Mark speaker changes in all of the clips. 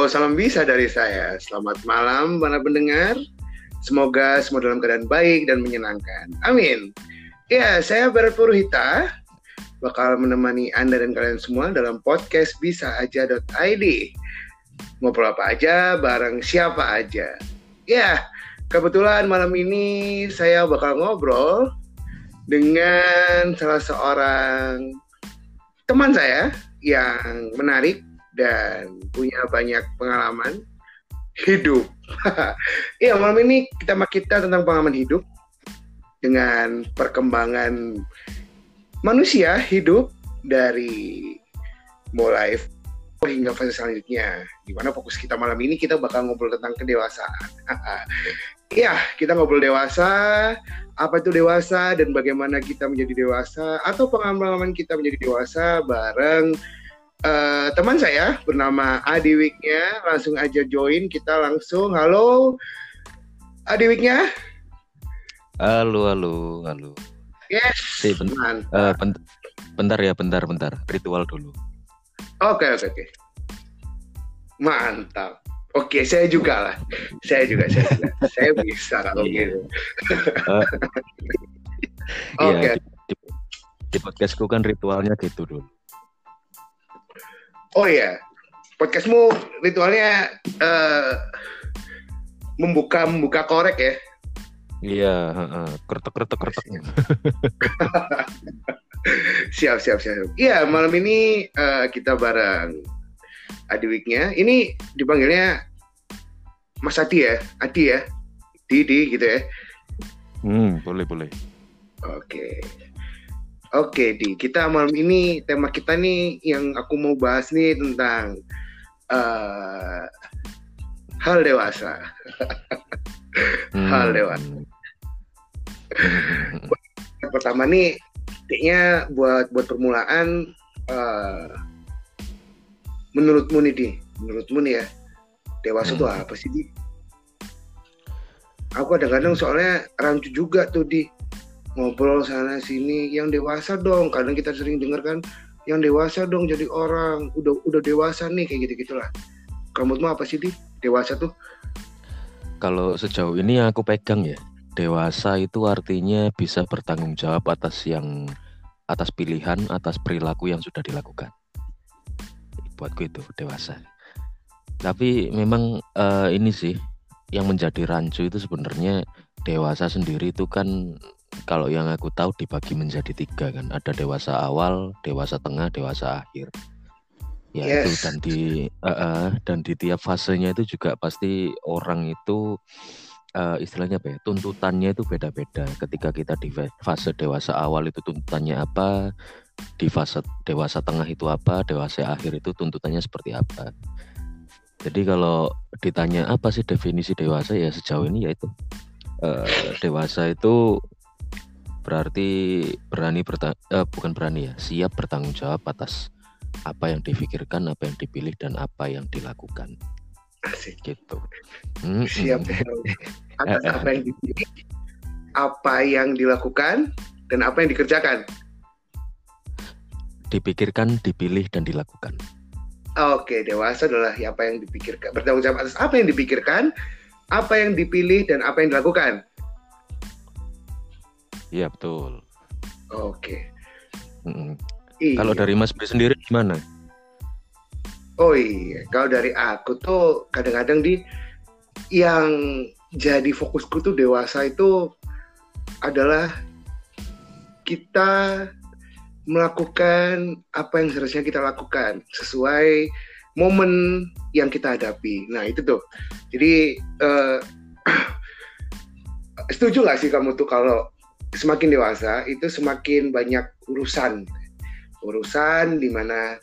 Speaker 1: salam bisa dari saya. Selamat malam para pendengar. Semoga semua dalam keadaan baik dan menyenangkan. Amin. Ya, saya Barat Puruhita bakal menemani Anda dan kalian semua dalam podcast bisaaja.id. Ngobrol apa aja, bareng siapa aja. Ya, kebetulan malam ini saya bakal ngobrol dengan salah seorang teman saya yang menarik dan punya banyak pengalaman hidup. Iya, malam ini kita tentang pengalaman hidup dengan perkembangan manusia hidup dari mulai hingga fase selanjutnya. Di mana fokus kita malam ini kita bakal ngobrol tentang kedewasaan. Iya, kita ngobrol dewasa, apa itu dewasa dan bagaimana kita menjadi dewasa atau pengalaman kita menjadi dewasa bareng teman saya bernama Adiwiknya. Langsung aja join, kita langsung. Halo Adiwiknya.
Speaker 2: Halo.
Speaker 1: Yes.
Speaker 2: Bentar. Ritual dulu.
Speaker 1: Oke. Mantap. Oke, saya juga. Saya bisa kalau gitu.
Speaker 2: Oke. Di podcastku kan ritualnya gitu dulu.
Speaker 1: Oh iya, podcastmu ritualnya membuka korek ya?
Speaker 2: Iya, kertek.
Speaker 1: Siap. Iya, malam ini kita bareng Adiwiknya. Ini dipanggilnya Mas Adi ya? Adi ya? Didi gitu ya?
Speaker 2: Boleh.
Speaker 1: Oke, Di. Kita malam ini, tema kita nih yang aku mau bahas nih tentang hal dewasa. Hal dewasa. Pertama nih, kayaknya buat permulaan, menurutmu nih ya, dewasa tuh apa sih, Di? Aku kadang-kadang soalnya rancu juga tuh, Di. Ngobrol sana sini, yang dewasa dong. Kadang kita sering dengar kan, yang dewasa dong jadi orang, udah dewasa nih, kayak gitu-gitulah. Kamu tuh apa sih, Di? Dewasa tuh?
Speaker 2: Kalau sejauh ini yang aku pegang ya, dewasa itu artinya bisa bertanggung jawab atas pilihan, atas perilaku yang sudah dilakukan. Buatku itu dewasa. Tapi memang ini sih yang menjadi rancu itu sebenarnya dewasa sendiri itu kan, kalau yang aku tahu dibagi menjadi 3 kan. Ada dewasa awal, dewasa tengah, dewasa akhir. Ya yes. Itu dan di tiap fasenya itu juga pasti orang itu istilahnya apa ya? Tuntutannya itu beda-beda. Ketika kita di fase dewasa awal itu tuntutannya apa, di fase dewasa tengah itu apa, dewasa akhir itu tuntutannya seperti apa. Jadi kalau ditanya apa sih definisi dewasa, ya sejauh ini yaitu dewasa itu berarti siap bertanggung jawab atas apa yang difikirkan, apa yang dipilih, dan apa yang dilakukan.
Speaker 1: Asik.
Speaker 2: Gitu.
Speaker 1: Siap atas apa yang dipilih, apa yang dilakukan, dan apa yang dikerjakan.
Speaker 2: Dipikirkan, dipilih, dan dilakukan.
Speaker 1: Oke, dewasa adalah apa yang dipikirkan, bertanggung jawab atas apa yang dipikirkan, apa yang dipilih, dan apa yang dilakukan.
Speaker 2: Iya, betul.
Speaker 1: Oke.
Speaker 2: Iya. Kalau dari Mas Bri sendiri gimana?
Speaker 1: Oh iya, kalau dari aku tuh kadang-kadang yang jadi fokusku tuh dewasa itu adalah kita melakukan apa yang seharusnya kita lakukan sesuai momen yang kita hadapi. Nah itu tuh. Jadi setuju nggak sih kamu tuh kalau semakin dewasa itu semakin banyak urusan di mana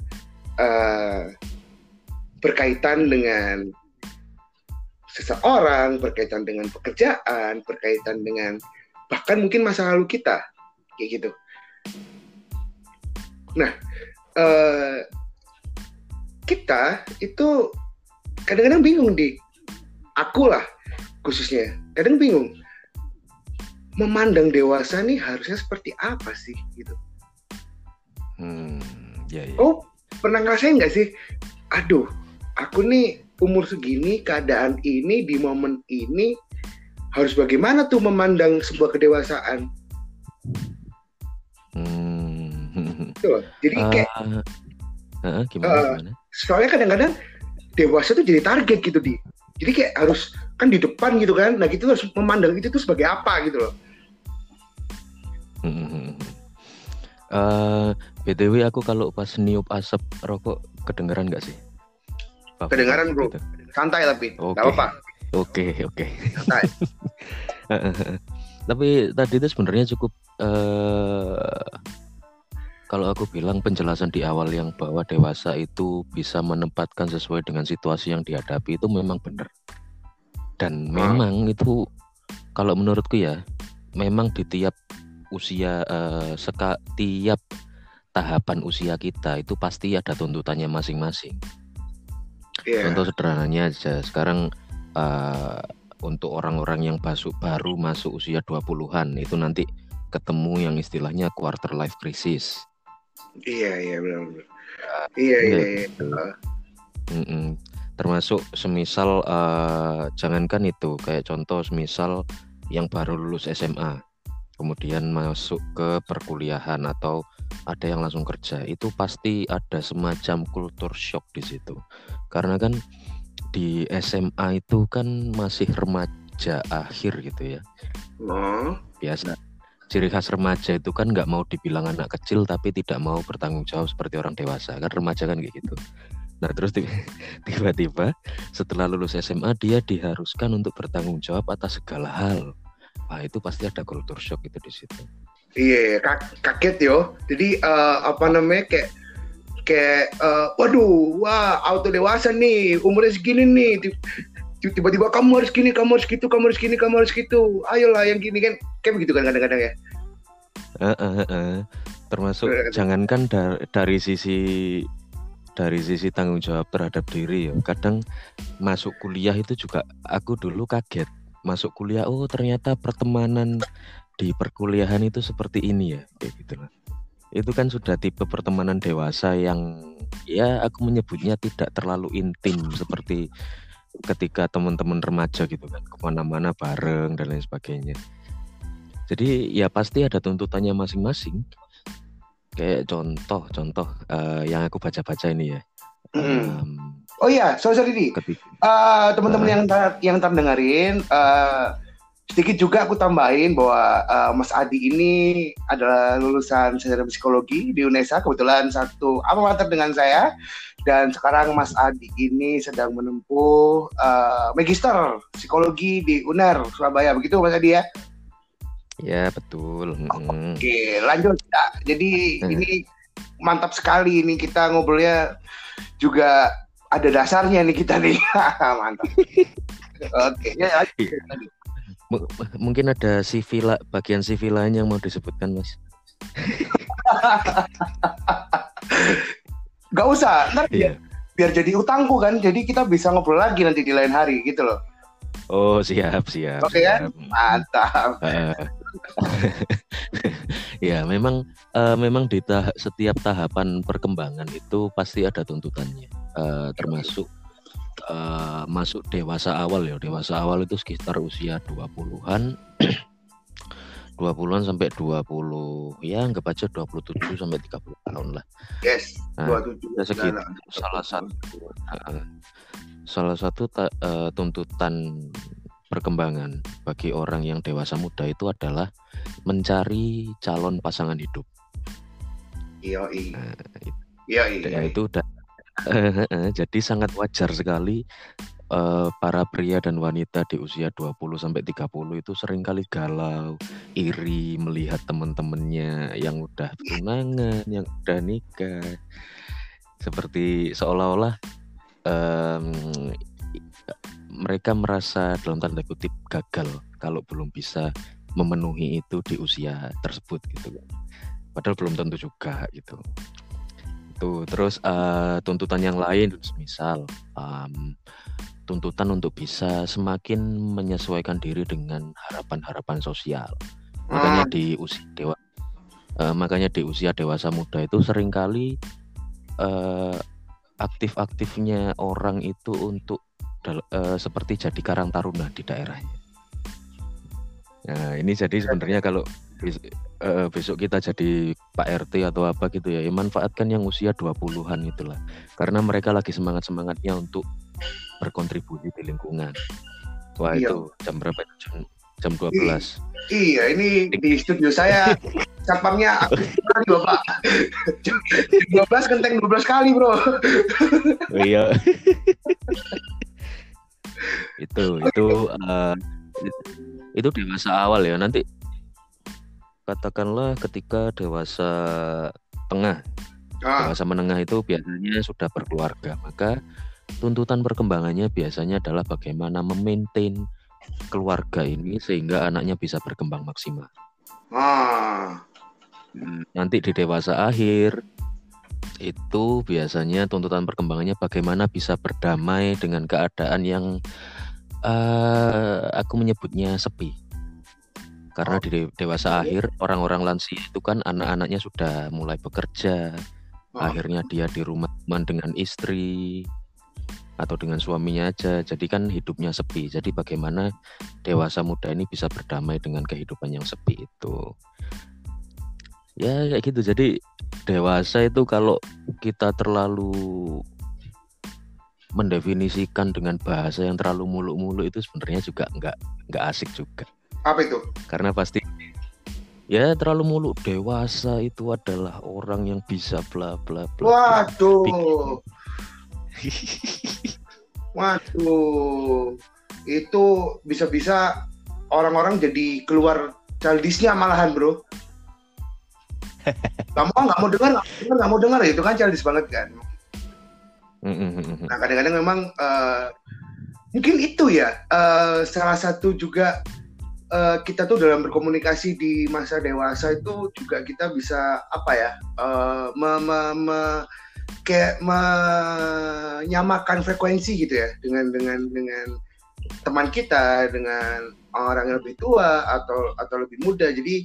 Speaker 1: berkaitan dengan seseorang, berkaitan dengan pekerjaan, berkaitan dengan bahkan mungkin masa lalu kita, kayak gitu. Nah, kita itu kadang-kadang bingung, Di. Aku lah khususnya kadang bingung. Memandang dewasa nih harusnya seperti apa sih gitu.
Speaker 2: Ya.
Speaker 1: Oh, pernah ngerasain nggak sih? Aduh, aku nih umur segini, keadaan ini, di momen ini harus bagaimana tuh memandang sebuah kedewasaan. Gitu loh. Jadi kayak
Speaker 2: gimana?
Speaker 1: Soalnya kadang-kadang dewasa tuh jadi target gitu jadi kayak harus kan di depan gitu kan, nah gitu harus memandang itu tuh sebagai apa gitu loh.
Speaker 2: BTW aku kalau pas niup asap rokok kedengeran nggak sih?
Speaker 1: Kedengaran bro, gitu. Santai tapi nggak apa-apa.
Speaker 2: Oke. Santai. Tapi tadi itu sebenarnya cukup kalau aku bilang penjelasan di awal yang bahwa dewasa itu bisa menempatkan sesuai dengan situasi yang dihadapi itu memang benar. Dan memang itu kalau menurutku ya, memang di tiap usia tiap tahapan usia kita itu pasti ada tuntutannya masing-masing. Contoh sederhananya aja, sekarang untuk orang-orang yang baru masuk usia 20-an itu nanti ketemu yang istilahnya quarter life crisis.
Speaker 1: Iya benar. Iya.
Speaker 2: Termasuk semisal jangankan itu, kayak contoh semisal yang baru lulus SMA kemudian masuk ke perkuliahan atau ada yang langsung kerja, itu pasti ada semacam culture shock di situ. Karena kan di SMA itu kan masih remaja akhir gitu ya. Biasa ciri khas remaja itu kan nggak mau dibilang anak kecil tapi tidak mau bertanggung jawab seperti orang dewasa, kan remaja kan kayak gitu. Nah terus tiba-tiba setelah lulus SMA dia diharuskan untuk bertanggung jawab atas segala hal. Nah itu pasti ada culture shock itu di situ.
Speaker 1: Iya, kaget yo. Jadi kayak waduh, auto dewasa nih, umurnya segini nih. Tiba-tiba kamu harus gini, kamu harus gitu, kamu harus gini, kamu harus gitu. Ayolah yang gini kan, kayak begitu kan kadang-kadang ya.
Speaker 2: Termasuk jangankan dari sisi tanggung jawab terhadap diri ya. Kadang masuk kuliah itu juga aku dulu kaget. Masuk kuliah, oh ternyata pertemanan di perkuliahan itu seperti ini ya, kayak gitu lah. Itu kan sudah tipe pertemanan dewasa yang ya aku menyebutnya tidak terlalu intim seperti ketika teman-teman remaja gitu kan, kemana-mana bareng dan lain sebagainya. Jadi ya pasti ada tuntutannya masing-masing. Kayak contoh yang aku baca-baca ini ya.
Speaker 1: Oh iya, sorry nih. Teman-teman yang terdengarin, sedikit juga aku tambahin bahwa Mas Adi ini adalah lulusan sarjana psikologi di UNESA, kebetulan satu alma mater dengan saya, dan sekarang Mas Adi ini sedang menempuh magister psikologi di UNER Surabaya, begitu Mas Adi ya?
Speaker 2: Ya betul.
Speaker 1: Oke, lanjut. Jadi ini mantap sekali ini, kita ngobrolnya juga ada dasarnya nih kita nih. Mantap. Oke, ya.
Speaker 2: Mungkin ada bagian CV lain yang mau disebutkan, Mas?
Speaker 1: Gak usah, ntar biar jadi utangku kan, jadi kita bisa ngobrol lagi nanti di lain hari gitu loh.
Speaker 2: Oh siap.
Speaker 1: Oke kan? Mantap.
Speaker 2: Ya memang di setiap tahapan perkembangan itu pasti ada tuntutannya, termasuk masuk dewasa awal ya. Dewasa awal itu sekitar usia 20-an 20-an sampai 20 ya anggap aja 27 sampai 30 tahun lah.
Speaker 1: Yes, 27.
Speaker 2: Salah satu tuntutan perkembangan bagi orang yang dewasa muda itu adalah mencari calon pasangan hidup.
Speaker 1: Iya.
Speaker 2: Itu udah jadi sangat wajar sekali para pria dan wanita di usia 20 sampai 30 itu seringkali galau, iri melihat teman-temannya yang udah tunangan, yang udah nikah. Seperti seolah-olah mereka merasa dalam tanda kutip gagal kalau belum bisa memenuhi itu di usia tersebut gitu. Padahal belum tentu juga gitu. Terus tuntutan yang lain misal tuntutan untuk bisa semakin menyesuaikan diri dengan harapan-harapan sosial. Makanya di usia dewasa muda itu seringkali aktif-aktifnya orang itu untuk seperti jadi karang taruna di daerahnya. Nah, ini jadi sebenarnya kalau besok kita jadi Pak RT atau apa gitu ya, manfaatkan yang usia 20-an itulah. Karena mereka lagi semangat-semangatnya untuk berkontribusi di lingkungan. Wah, itu jam berapa? Jam 12.
Speaker 1: Iya, ini di studio saya satpamnya aktif sekali, Bapak. Jam 12 genteng 12 kali, Bro.
Speaker 2: Iya. Itu dewasa awal ya. Nanti katakanlah ketika dewasa tengah, dewasa menengah itu biasanya sudah berkeluarga, maka tuntutan perkembangannya biasanya adalah bagaimana memaintain keluarga ini sehingga anaknya bisa berkembang maksimal. Nanti di dewasa akhir itu biasanya tuntutan perkembangannya bagaimana bisa berdamai dengan keadaan yang aku menyebutnya sepi. Karena di dewasa akhir orang-orang lansia itu kan anak-anaknya sudah mulai bekerja, akhirnya dia di rumah dengan istri atau dengan suaminya aja, jadi kan hidupnya sepi. Jadi bagaimana dewasa muda ini bisa berdamai dengan kehidupan yang sepi itu. Ya kayak gitu. Jadi dewasa itu kalau kita terlalu mendefinisikan dengan bahasa yang terlalu muluk-muluk itu sebenarnya juga nggak asik juga.
Speaker 1: Apa itu? Karena
Speaker 2: pasti ya terlalu muluk. Dewasa itu adalah orang yang bisa bla bla bla.
Speaker 1: Waduh. Waduh. Itu bisa-bisa orang-orang jadi keluar childishnya malahan, Bro. Nggak mau dengar itu kan childish banget kan. Nah kadang-kadang memang mungkin itu ya salah satu juga kita tuh dalam berkomunikasi di masa dewasa itu juga kita bisa apa ya kayak menyamakan frekuensi gitu ya dengan teman kita, dengan orang yang lebih tua atau lebih muda, jadi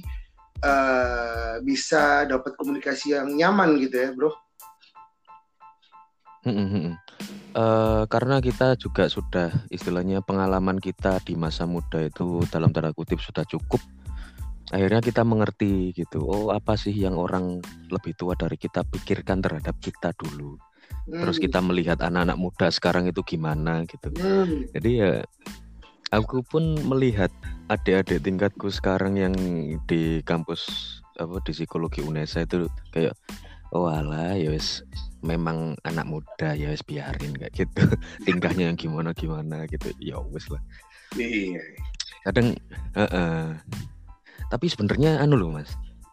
Speaker 1: bisa dapat komunikasi yang nyaman gitu ya, Bro.
Speaker 2: Karena kita juga sudah istilahnya pengalaman kita di masa muda itu dalam tanda kutip sudah cukup, akhirnya kita mengerti gitu, oh apa sih yang orang lebih tua dari kita pikirkan terhadap kita dulu. Terus kita melihat anak-anak muda sekarang itu gimana gitu. Jadi ya aku pun melihat adik-adik tingkatku sekarang yang di kampus di psikologi UNESA itu kayak oh alah ya wes memang anak muda ya wes biarin kayak gitu. Tingkahnya yang gimana gitu ya wes lah.
Speaker 1: Iya.
Speaker 2: Kadang tapi sebenarnya loh Mas,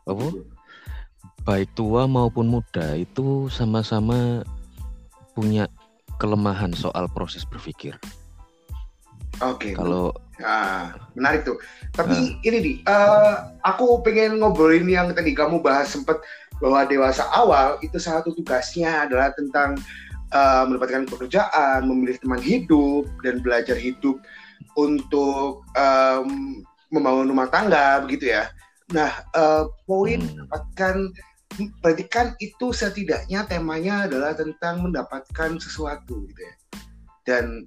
Speaker 2: baik tua maupun muda itu sama-sama punya kelemahan soal proses berpikir.
Speaker 1: Oke.
Speaker 2: Kalau
Speaker 1: menarik tuh. Tapi ini aku pengen ngobrolin yang tadi kamu bahas sempat bahwa dewasa awal itu salah satu tugasnya adalah tentang mendapatkan pekerjaan, memilih teman hidup, dan belajar hidup untuk membangun rumah tangga begitu ya. Nah, poin mendapatkan berarti kan itu setidaknya temanya adalah tentang mendapatkan sesuatu gitu ya. Dan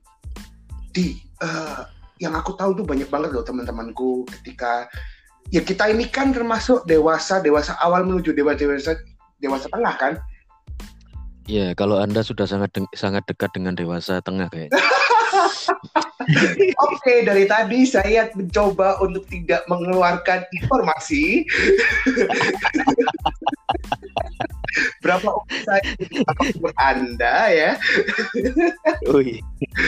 Speaker 1: yang aku tahu tuh banyak banget loh teman-temanku ketika ya kita ini kan termasuk dewasa awal menuju dewasa tengah kan.
Speaker 2: Ya, kalau Anda sudah sangat dekat dengan dewasa tengah kayaknya.
Speaker 1: Oke, dari tadi saya mencoba untuk tidak mengeluarkan informasi. Berapa umur saya, berapa umur Anda ya?
Speaker 2: Ui.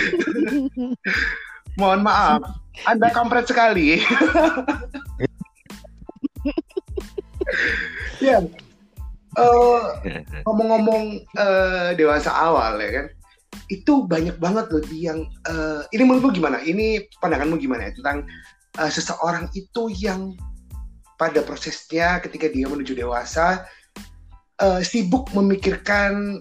Speaker 1: Mohon maaf, Anda kampret sekali. Ya, ngomong-ngomong dewasa awal ya kan, itu banyak banget loh yang ini menurutmu gimana? Ini pandanganmu gimana ya tentang seseorang itu yang pada prosesnya ketika dia menuju dewasa sibuk memikirkan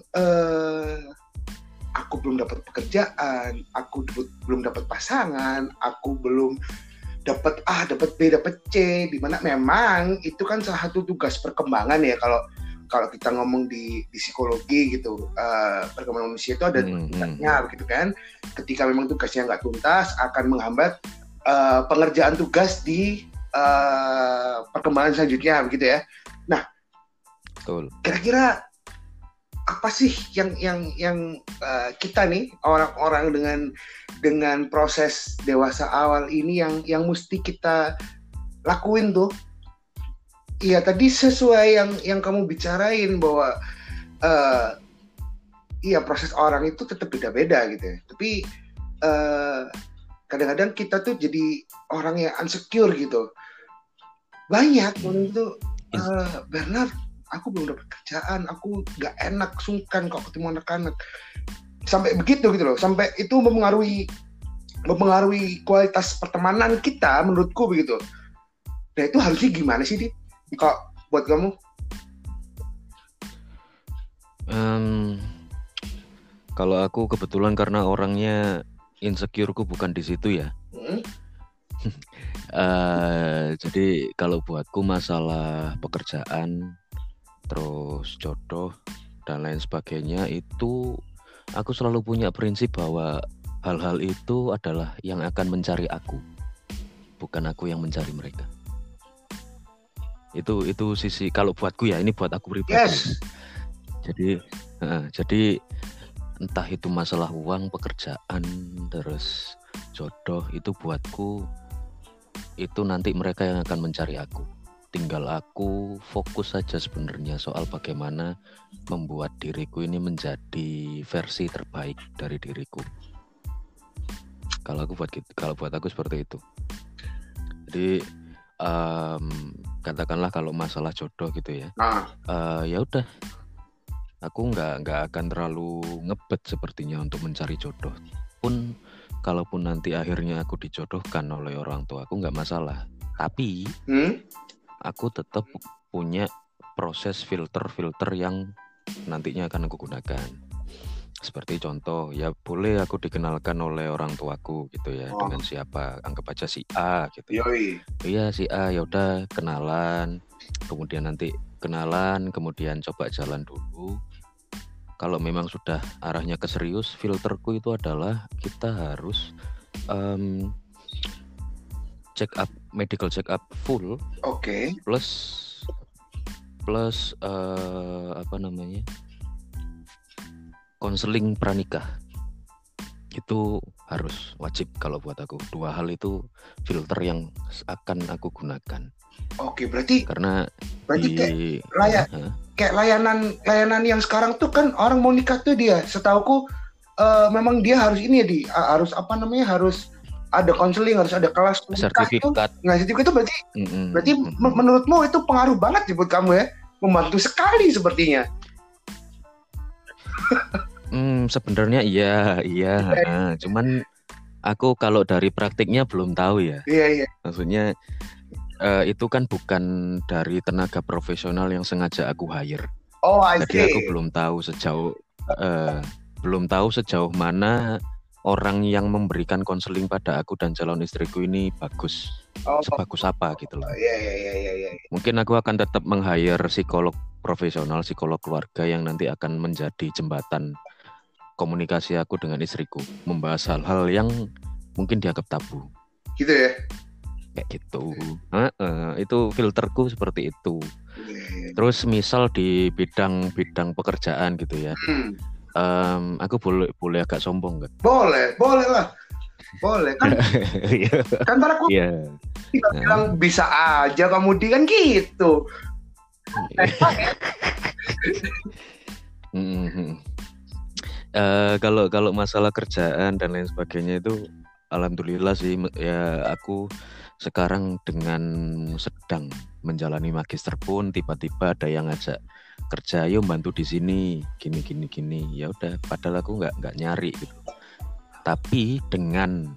Speaker 1: aku belum dapat pekerjaan, aku belum dapat pasangan, aku belum dapat A, dapat B, dapat C, di mana memang itu kan salah satu tugas perkembangan ya kalau kalau kita ngomong di psikologi gitu, perkembangan manusia itu ada tugasnya begitu kan. Ketika memang tugasnya nggak tuntas akan menghambat pengerjaan tugas di perkembangan selanjutnya begitu ya. Nah,
Speaker 2: betul.
Speaker 1: Kira-kira apa sih yang kita nih orang-orang dengan proses dewasa awal ini yang mesti kita lakuin tuh? Iya, tadi sesuai yang kamu bicarain bahwa iya proses orang itu tetap beda-beda gitu ya. Tapi kadang-kadang kita tuh jadi orang yang insecure gitu. Banyak orang itu Bernard, aku belum dapat kerjaan, aku nggak enak, sungkan kalau ketemu anak-anak. Sampai begitu gitu loh, sampai itu mempengaruhi kualitas pertemanan kita menurutku begitu. Nah itu harusnya gimana sih, Di? Kok buat kamu?
Speaker 2: Kalau aku kebetulan karena orangnya insecure-ku bukan di situ ya. Jadi kalau buatku masalah pekerjaan, terus jodoh dan lain sebagainya itu aku selalu punya prinsip bahwa hal-hal itu adalah yang akan mencari aku, bukan aku yang mencari mereka. Itu sisi kalau buatku ya, ini buat aku pribadi.
Speaker 1: Yes.
Speaker 2: Jadi entah itu masalah uang, pekerjaan, terus jodoh, itu buatku itu nanti mereka yang akan mencari aku. Tinggal aku fokus saja sebenarnya soal bagaimana membuat diriku ini menjadi versi terbaik dari diriku. Kalau buat aku seperti itu. Jadi katakanlah kalau masalah jodoh gitu ya, ya udah, aku nggak akan terlalu ngebet sepertinya untuk mencari jodoh. Pun kalaupun nanti akhirnya aku dijodohkan oleh orang tua aku nggak masalah. Tapi aku tetap punya proses filter yang nantinya akan aku gunakan. Seperti contoh, ya boleh aku dikenalkan oleh orang tuaku gitu ya, dengan siapa, anggap aja si A gitu. Iya si A, ya udah kenalan, kemudian kemudian coba jalan dulu. Kalau memang sudah arahnya ke serius, filterku itu adalah kita harus medical check up full.
Speaker 1: Oke.
Speaker 2: Plus konseling pranikah. Itu harus wajib kalau buat aku. Dua hal itu filter yang akan aku gunakan.
Speaker 1: Oke, berarti kayak layanan yang sekarang tuh kan orang mau nikah tuh dia, setauku memang dia harus ini ya, harus harus ada konseling, harus ada kelas
Speaker 2: sertifikat.
Speaker 1: Sertifikat itu berarti menurutmu itu pengaruh banget buat kamu ya, membantu sekali sepertinya.
Speaker 2: Sebenarnya iya. Cuman aku kalau dari praktiknya belum tahu ya.
Speaker 1: Iya.
Speaker 2: Maksudnya itu kan bukan dari tenaga profesional yang sengaja aku hire. Jadi aku belum tahu sejauh mana orang yang memberikan konseling pada aku dan calon istriku ini bagus, sebagus apa gitu loh.
Speaker 1: Iya.
Speaker 2: Mungkin aku akan tetap meng-hire psikolog profesional, psikolog keluarga yang nanti akan menjadi jembatan komunikasi aku dengan istriku, membahas hal-hal yang mungkin dianggap tabu.
Speaker 1: Gitu ya?
Speaker 2: Kayak gitu. Itu filterku seperti itu. Terus misal di bidang pekerjaan gitu ya. Aku boleh agak sombong nggak?
Speaker 1: Boleh lah. Boleh kan? Kan ntar aku bilang bisa aja kamu kan gitu.
Speaker 2: Kalau masalah kerjaan dan lain sebagainya itu alhamdulillah sih ya, aku sekarang dengan sedang menjalani magister pun tiba-tiba ada yang ngajak kerja, yuk bantu di sini gini. Ya udah, padahal aku nggak nyari gitu. Tapi dengan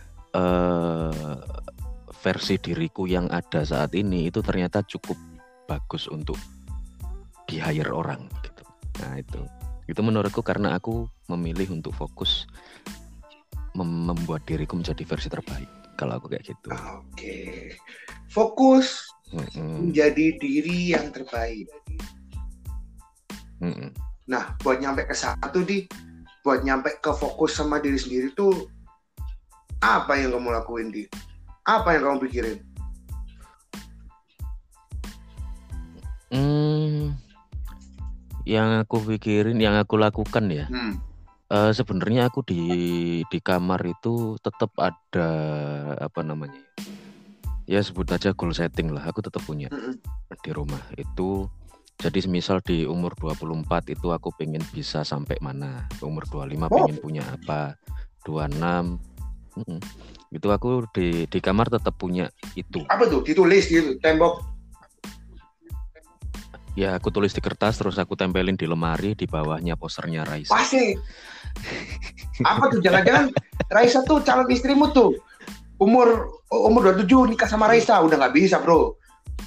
Speaker 2: versi diriku yang ada saat ini itu ternyata cukup bagus untuk di-hire orang gitu. Nah itu menurutku karena aku memilih untuk fokus membuat diriku menjadi versi terbaik. Kalau aku kayak gitu.
Speaker 1: Oke. Fokus menjadi diri yang terbaik. Nah, buat nyampe ke sana tuh buat nyampe ke fokus sama diri sendiri tuh apa yang kamu lakuin apa yang kamu pikirin?
Speaker 2: Yang aku pikirin, yang aku lakukan ya. Sebenarnya aku di kamar itu tetap ada apa namanya? Ya sebut aja goal setting lah. Aku tetap punya di rumah itu. Jadi misal di umur 24 itu aku pengen bisa sampai mana, umur 25 pengen punya apa, 26 itu aku di kamar tetap punya itu.
Speaker 1: Apa tuh? Ditulis gitu, tembok?
Speaker 2: Ya aku tulis di kertas terus aku tempelin di lemari, di bawahnya posternya Raisa.
Speaker 1: Pasti. Apa tuh? Jangan-jangan Raisa tuh calon istrimu tuh. Umur 27 nikah sama Raisa, udah nggak bisa bro.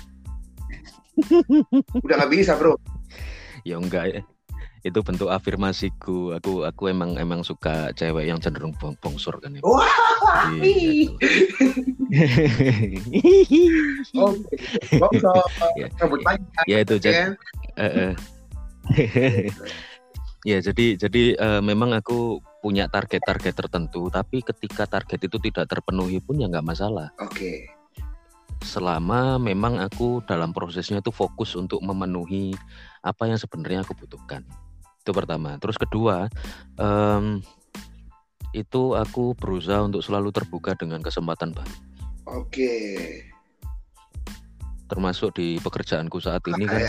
Speaker 1: Udah nggak bisa bro.
Speaker 2: Ya enggak ya. Itu bentuk afirmasiku. Aku emang suka cewek yang cenderung bongsor kan ya.
Speaker 1: Wah. Bongsor. Rambut panjang.
Speaker 2: Ya itu jadi. Ya jadi memang aku punya target-target tertentu, tapi ketika target itu tidak terpenuhi pun ya nggak masalah.
Speaker 1: Oke.
Speaker 2: Selama memang aku dalam prosesnya itu fokus untuk memenuhi apa yang sebenarnya aku butuhkan. Itu pertama. Terus kedua, itu aku berusaha untuk selalu terbuka dengan kesempatan baru.
Speaker 1: Oke.
Speaker 2: Termasuk di pekerjaanku saat ini kan,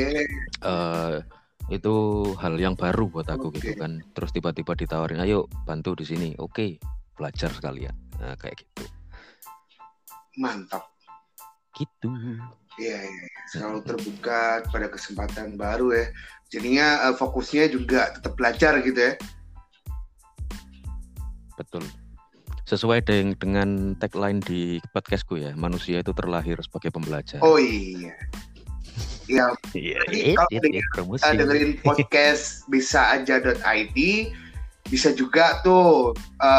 Speaker 2: itu hal yang baru buat aku gitu kan. Terus tiba-tiba ditawarin, ayo bantu di sini. Oke, belajar sekalian. Nah, kayak gitu.
Speaker 1: Mantap.
Speaker 2: Gitu.
Speaker 1: Iya. Selalu terbuka pada kesempatan baru ya. Jadinya fokusnya juga tetap belajar gitu ya.
Speaker 2: Betul. Sesuai dengan tagline di podcastku ya, manusia itu terlahir sebagai pembelajar.
Speaker 1: Oh iya. Ya. Jadi kalau dengerin podcast bisaaja.id bisa juga tuh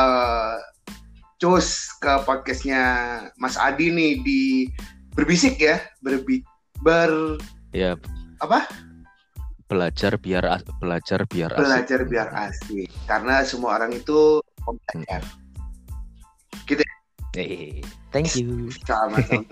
Speaker 1: cus ke podcastnya Mas Adi nih di Berbisik ya,
Speaker 2: ya
Speaker 1: apa?
Speaker 2: Belajar biar asik.
Speaker 1: Belajar biar asik. Karena semua orang itu belajar. Gitu.
Speaker 2: Thank you.
Speaker 1: Sama-sama.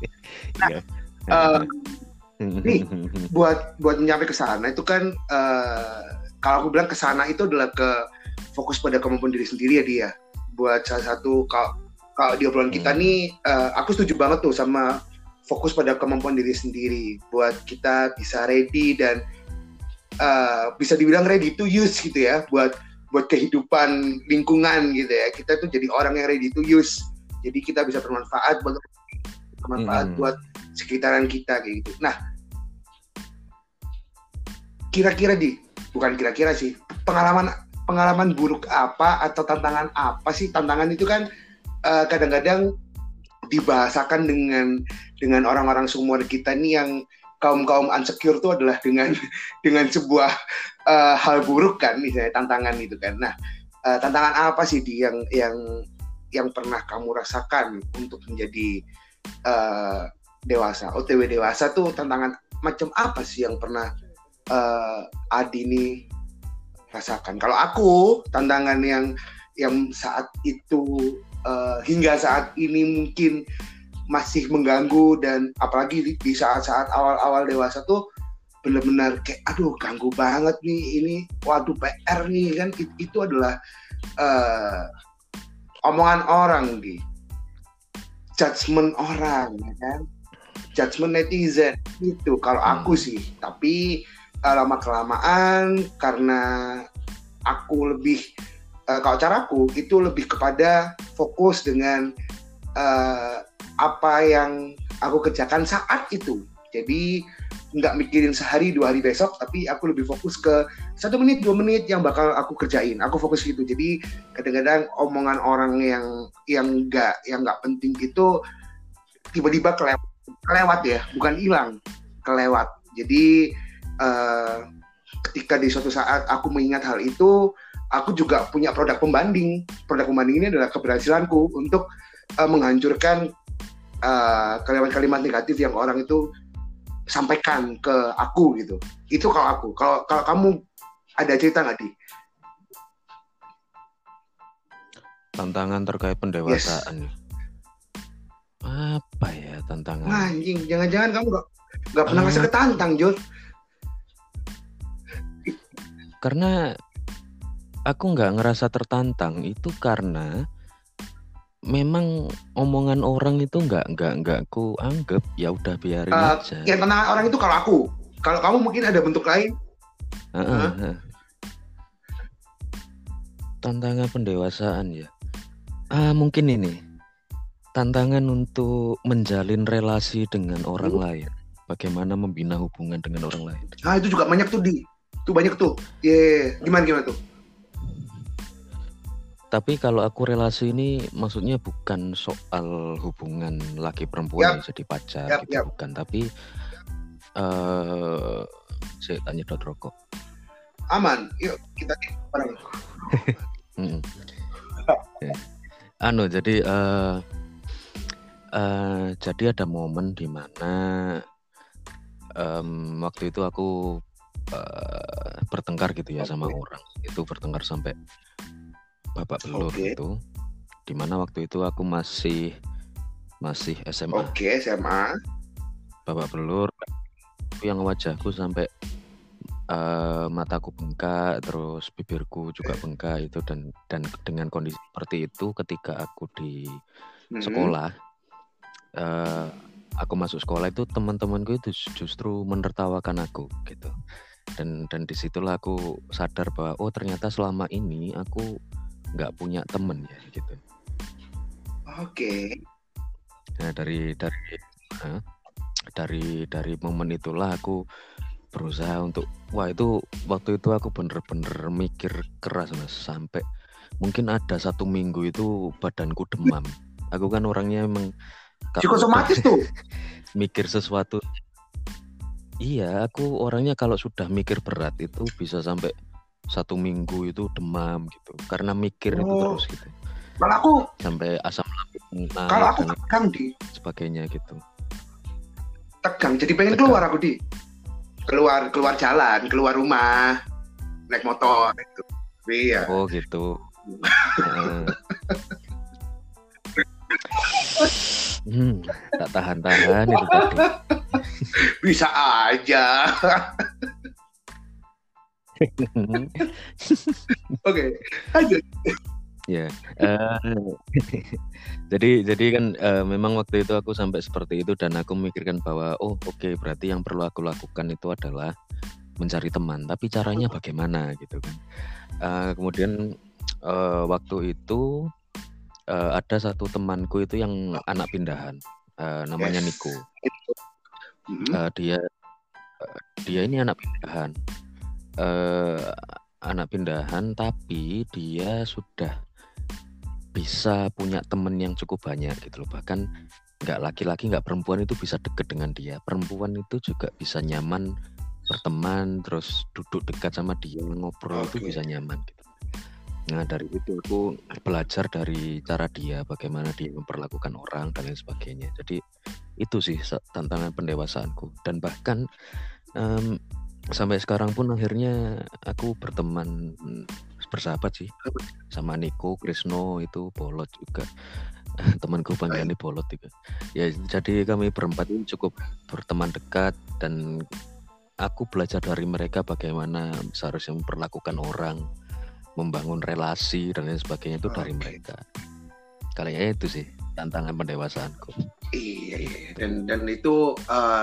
Speaker 1: Nih, buat nyampe ke sana itu kan kalau aku bilang ke sana itu adalah ke fokus pada kemampuan diri sendiri ya dia. Buat salah satu kalau di obrolan kita nih aku setuju banget tuh sama fokus pada kemampuan diri sendiri buat kita bisa ready dan bisa dibilang ready to use gitu ya buat kehidupan lingkungan gitu ya. Kita tuh jadi orang yang ready to use. Jadi kita bisa bermanfaat buat sekitaran kita kayak gitu. Nah, bukan kira-kira sih, pengalaman buruk apa atau tantangan apa sih? Tantangan itu kan kadang-kadang dibahasakan dengan orang-orang seumur kita nih yang kaum insecure itu adalah dengan sebuah hal buruk kan, misalnya tantangan itu kan. Nah, tantangan apa sih yang pernah kamu rasakan untuk menjadi dewasa? OTW dewasa tuh tantangan macam apa sih yang pernah Adi ini rasakan? Kalau aku tantangan yang saat itu hingga saat ini mungkin masih mengganggu dan apalagi di saat-saat awal-awal dewasa tuh benar-benar kayak aduh ganggu banget nih ini, waduh PR nih kan, itu adalah omongan orang judgement orang kan, judgement netizen itu kalau aku sih. Tapi lama kelamaan karena aku lebih kalau caraku itu lebih kepada fokus dengan apa yang aku kerjakan saat itu. Jadi nggak mikirin sehari 2 hari besok, tapi aku lebih fokus ke 1 menit 2 menit yang bakal aku kerjain. Aku fokus gitu. Jadi kadang-kadang omongan orang yang nggak penting itu tiba-tiba kelewat ya, bukan hilang, kelewat. Jadi ketika di suatu saat aku mengingat hal itu, aku juga punya produk pembanding. Produk pembanding ini adalah keberhasilanku untuk menghancurkan kalimat-kalimat negatif yang orang itu sampaikan ke aku gitu. Itu kalau aku. Kalau kamu ada cerita nggak, Di?
Speaker 2: Tantangan terkait
Speaker 1: Yes.
Speaker 2: pendewasaan nih. Apa ya tantangan?
Speaker 1: Wah, anjing, jangan-jangan kamu nggak pernah ngasih ketantang, Jul.
Speaker 2: Karena aku nggak ngerasa tertantang itu karena memang omongan orang itu nggak aku anggap, ya udah biarin aja.
Speaker 1: Yang tantangan orang itu kalau aku. Kalau kamu mungkin ada bentuk lain.
Speaker 2: Tantangan pendewasaan ya. Mungkin ini tantangan untuk menjalin relasi dengan orang lain. Bagaimana membina hubungan dengan orang lain.
Speaker 1: Itu juga banyak tuh, Di. Itu banyak tuh. Gimana tuh?
Speaker 2: Tapi kalau aku relasi ini maksudnya bukan soal hubungan laki perempuan jadi pacar gitu, bukan. Tapi saya tanya dot rokok.
Speaker 1: Aman, yuk kita bareng.
Speaker 2: Jadi ada momen di mana waktu itu aku bertengkar gitu ya sama orang. Itu bertengkar sampai babak belur gitu. Dimana waktu itu aku masih SMA.
Speaker 1: SMA.
Speaker 2: Babak belur yang wajahku sampai mataku bengkak, terus bibirku juga bengkak itu, dan dengan kondisi seperti itu ketika aku di sekolah, aku masuk sekolah itu teman-temanku itu justru menertawakan aku gitu, dan disitulah aku sadar bahwa ternyata selama ini aku nggak punya temen ya gitu. Nah dari momen itulah aku berusaha untuk waktu itu aku bener-bener mikir keras Mas, sampai mungkin ada 1 minggu itu badanku demam. Aku kan orangnya emang
Speaker 1: psikosomatis tuh.
Speaker 2: Mikir sesuatu. Iya, aku orangnya kalau sudah mikir berat itu bisa sampai 1 minggu itu demam gitu, karena mikir itu terus gitu.
Speaker 1: Kalau aku
Speaker 2: sampai asam lambung naik,
Speaker 1: kalau aku tegang, Di,
Speaker 2: sebagainya gitu.
Speaker 1: Tegang, jadi pengen keluar aku, Di. Keluar jalan, keluar rumah, naik motor gitu. Iya.
Speaker 2: Oh gitu. Tak tahan itu tadi.
Speaker 1: Bisa aja. Oke, lanjut.
Speaker 2: Ya, jadi kan memang waktu itu aku sampai seperti itu, dan aku memikirkan bahwa berarti yang perlu aku lakukan itu adalah mencari teman, tapi caranya bagaimana gitu kan. Kemudian waktu itu ada satu temanku itu yang anak pindahan, namanya Niko. Dia ini anak pindahan, tapi dia sudah bisa punya temen yang cukup banyak gitu loh. Bahkan nggak laki-laki nggak perempuan itu bisa deket dengan dia. Perempuan itu juga bisa nyaman berteman, terus duduk dekat sama dia, ngobrol itu bisa nyaman gitu. Nah dari itu aku belajar dari cara dia, bagaimana dia memperlakukan orang dan lain sebagainya. Jadi itu sih tantangan pendewasaanku. Dan bahkan sampai sekarang pun akhirnya aku berteman, bersahabat sih sama Niko, Krisno itu Bolot juga. Temanku panggilannya Bolot juga. Ya jadi kami berempat ini cukup berteman dekat, dan aku belajar dari mereka bagaimana seharusnya memperlakukan orang, membangun relasi dan lain sebagainya itu dari mereka. Kayaknya itu sih tantangan pendewasaanku.
Speaker 1: Iya. Dan itu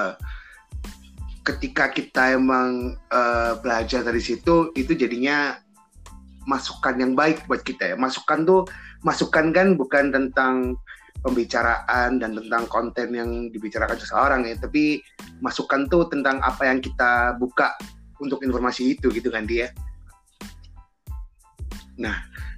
Speaker 1: ketika kita emang belajar dari situ, itu jadinya masukan yang baik buat kita ya. Masukan kan bukan tentang pembicaraan dan tentang konten yang dibicarakan seseorang ya, tapi masukan tuh tentang apa yang kita buka untuk informasi itu gitu kan dia. Nah,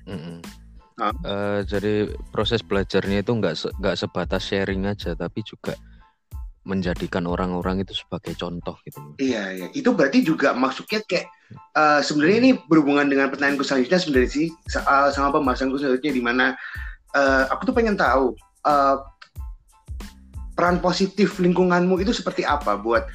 Speaker 2: jadi proses belajarnya itu nggak sebatas sharing aja, tapi juga menjadikan orang-orang itu sebagai contoh gitu.
Speaker 1: Iya. Itu berarti juga maksudnya kayak sebenarnya ini berhubungan dengan pertanyaanku selanjutnya sebenarnya sih, sama pembahasanku selanjutnya, di mana aku tuh pengen tahu peran positif lingkunganmu itu seperti apa buat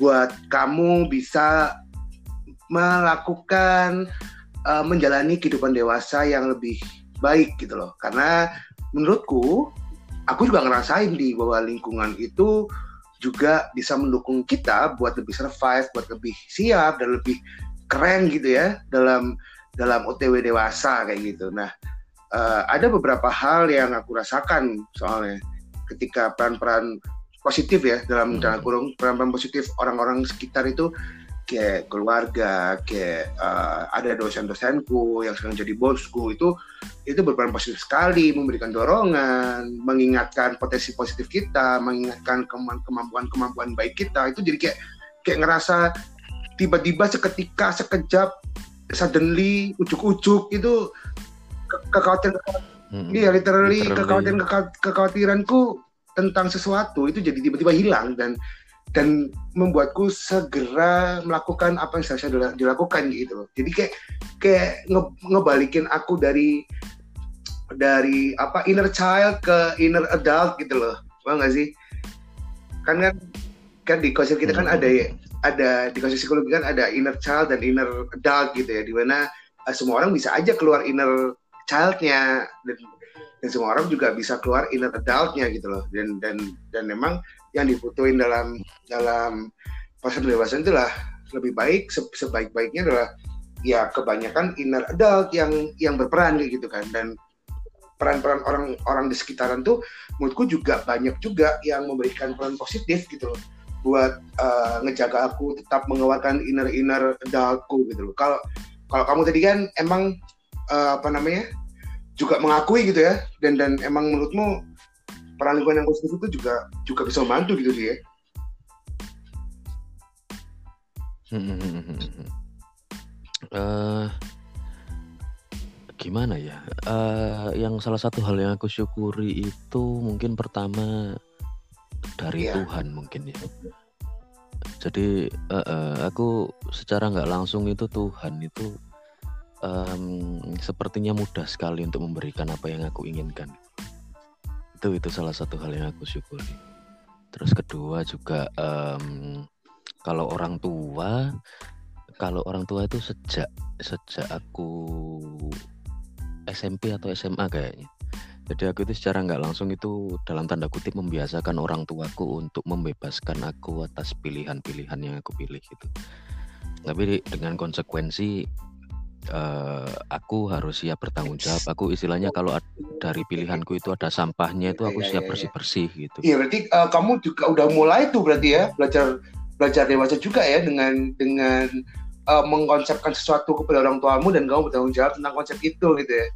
Speaker 1: buat kamu bisa melakukan menjalani kehidupan dewasa yang lebih baik gitu loh. Karena menurutku, aku juga ngerasain di bahwa lingkungan itu juga bisa mendukung kita buat lebih survive, buat lebih siap dan lebih keren gitu ya dalam OTW dewasa kayak gitu. Nah, ada beberapa hal yang aku rasakan soalnya ketika peran-peran positif ya dalam kurung peran-peran positif orang-orang sekitar itu kayak keluarga, kayak ada dosen-dosenku yang sekarang jadi bosku itu berperan positif sekali, memberikan dorongan, mengingatkan potensi positif kita, mengingatkan kemampuan baik kita. Itu jadi kayak ngerasa tiba-tiba seketika, sekejap, suddenly, ujuk-ujuk itu kekhawatiran, iya literally kekhawatiranku tentang sesuatu itu jadi tiba-tiba hilang dan membuatku segera melakukan apa yang seharusnya dilakukan gitu loh. Jadi kayak ngebalikin aku dari apa inner child ke inner adult gitu loh. Paham nggak sih? Kan di konsep kita kan ada di konsep psikologi kan ada inner child dan inner adult gitu ya, di mana semua orang bisa aja keluar inner child-nya dan semua orang juga bisa keluar inner adult-nya gitu loh. Dan memang yang dibutuhin dalam proses pendewasaan itulah lebih baik sebaik-baiknya adalah ya kebanyakan inner adult yang berperan gitu kan. Dan peran-peran orang di sekitaran tuh menurutku juga banyak juga yang memberikan peran positif gitu loh buat ngejaga aku tetap mengeluarkan inner adultku gitu loh. Kalau kamu tadi kan emang juga mengakui gitu ya dan emang menurutmu peran lingkungan yang positif itu juga bisa membantu gitu sih ya.
Speaker 2: Gimana ya? Yang salah satu hal yang aku syukuri itu mungkin pertama dari Tuhan mungkin ya. Jadi aku secara nggak langsung itu Tuhan itu sepertinya mudah sekali untuk memberikan apa yang aku inginkan. Itu salah satu hal yang aku syukuri. Terus kedua juga kalau orang tua itu sejak aku SMP atau SMA kayaknya. Jadi aku itu secara nggak langsung itu dalam tanda kutip membiasakan orang tuaku untuk membebaskan aku atas pilihan-pilihan yang aku pilih gitu. Tapi dengan konsekuensi aku harus siap bertanggung jawab. Aku istilahnya kalau dari pilihanku itu ada sampahnya itu aku siap bersih-bersih gitu.
Speaker 1: Iya berarti kamu juga udah mulai tuh berarti ya belajar dewasa juga ya dengan mengkonsepkan sesuatu kepada orang tuamu dan kamu bertanggung jawab tentang konsep itu gitu ya.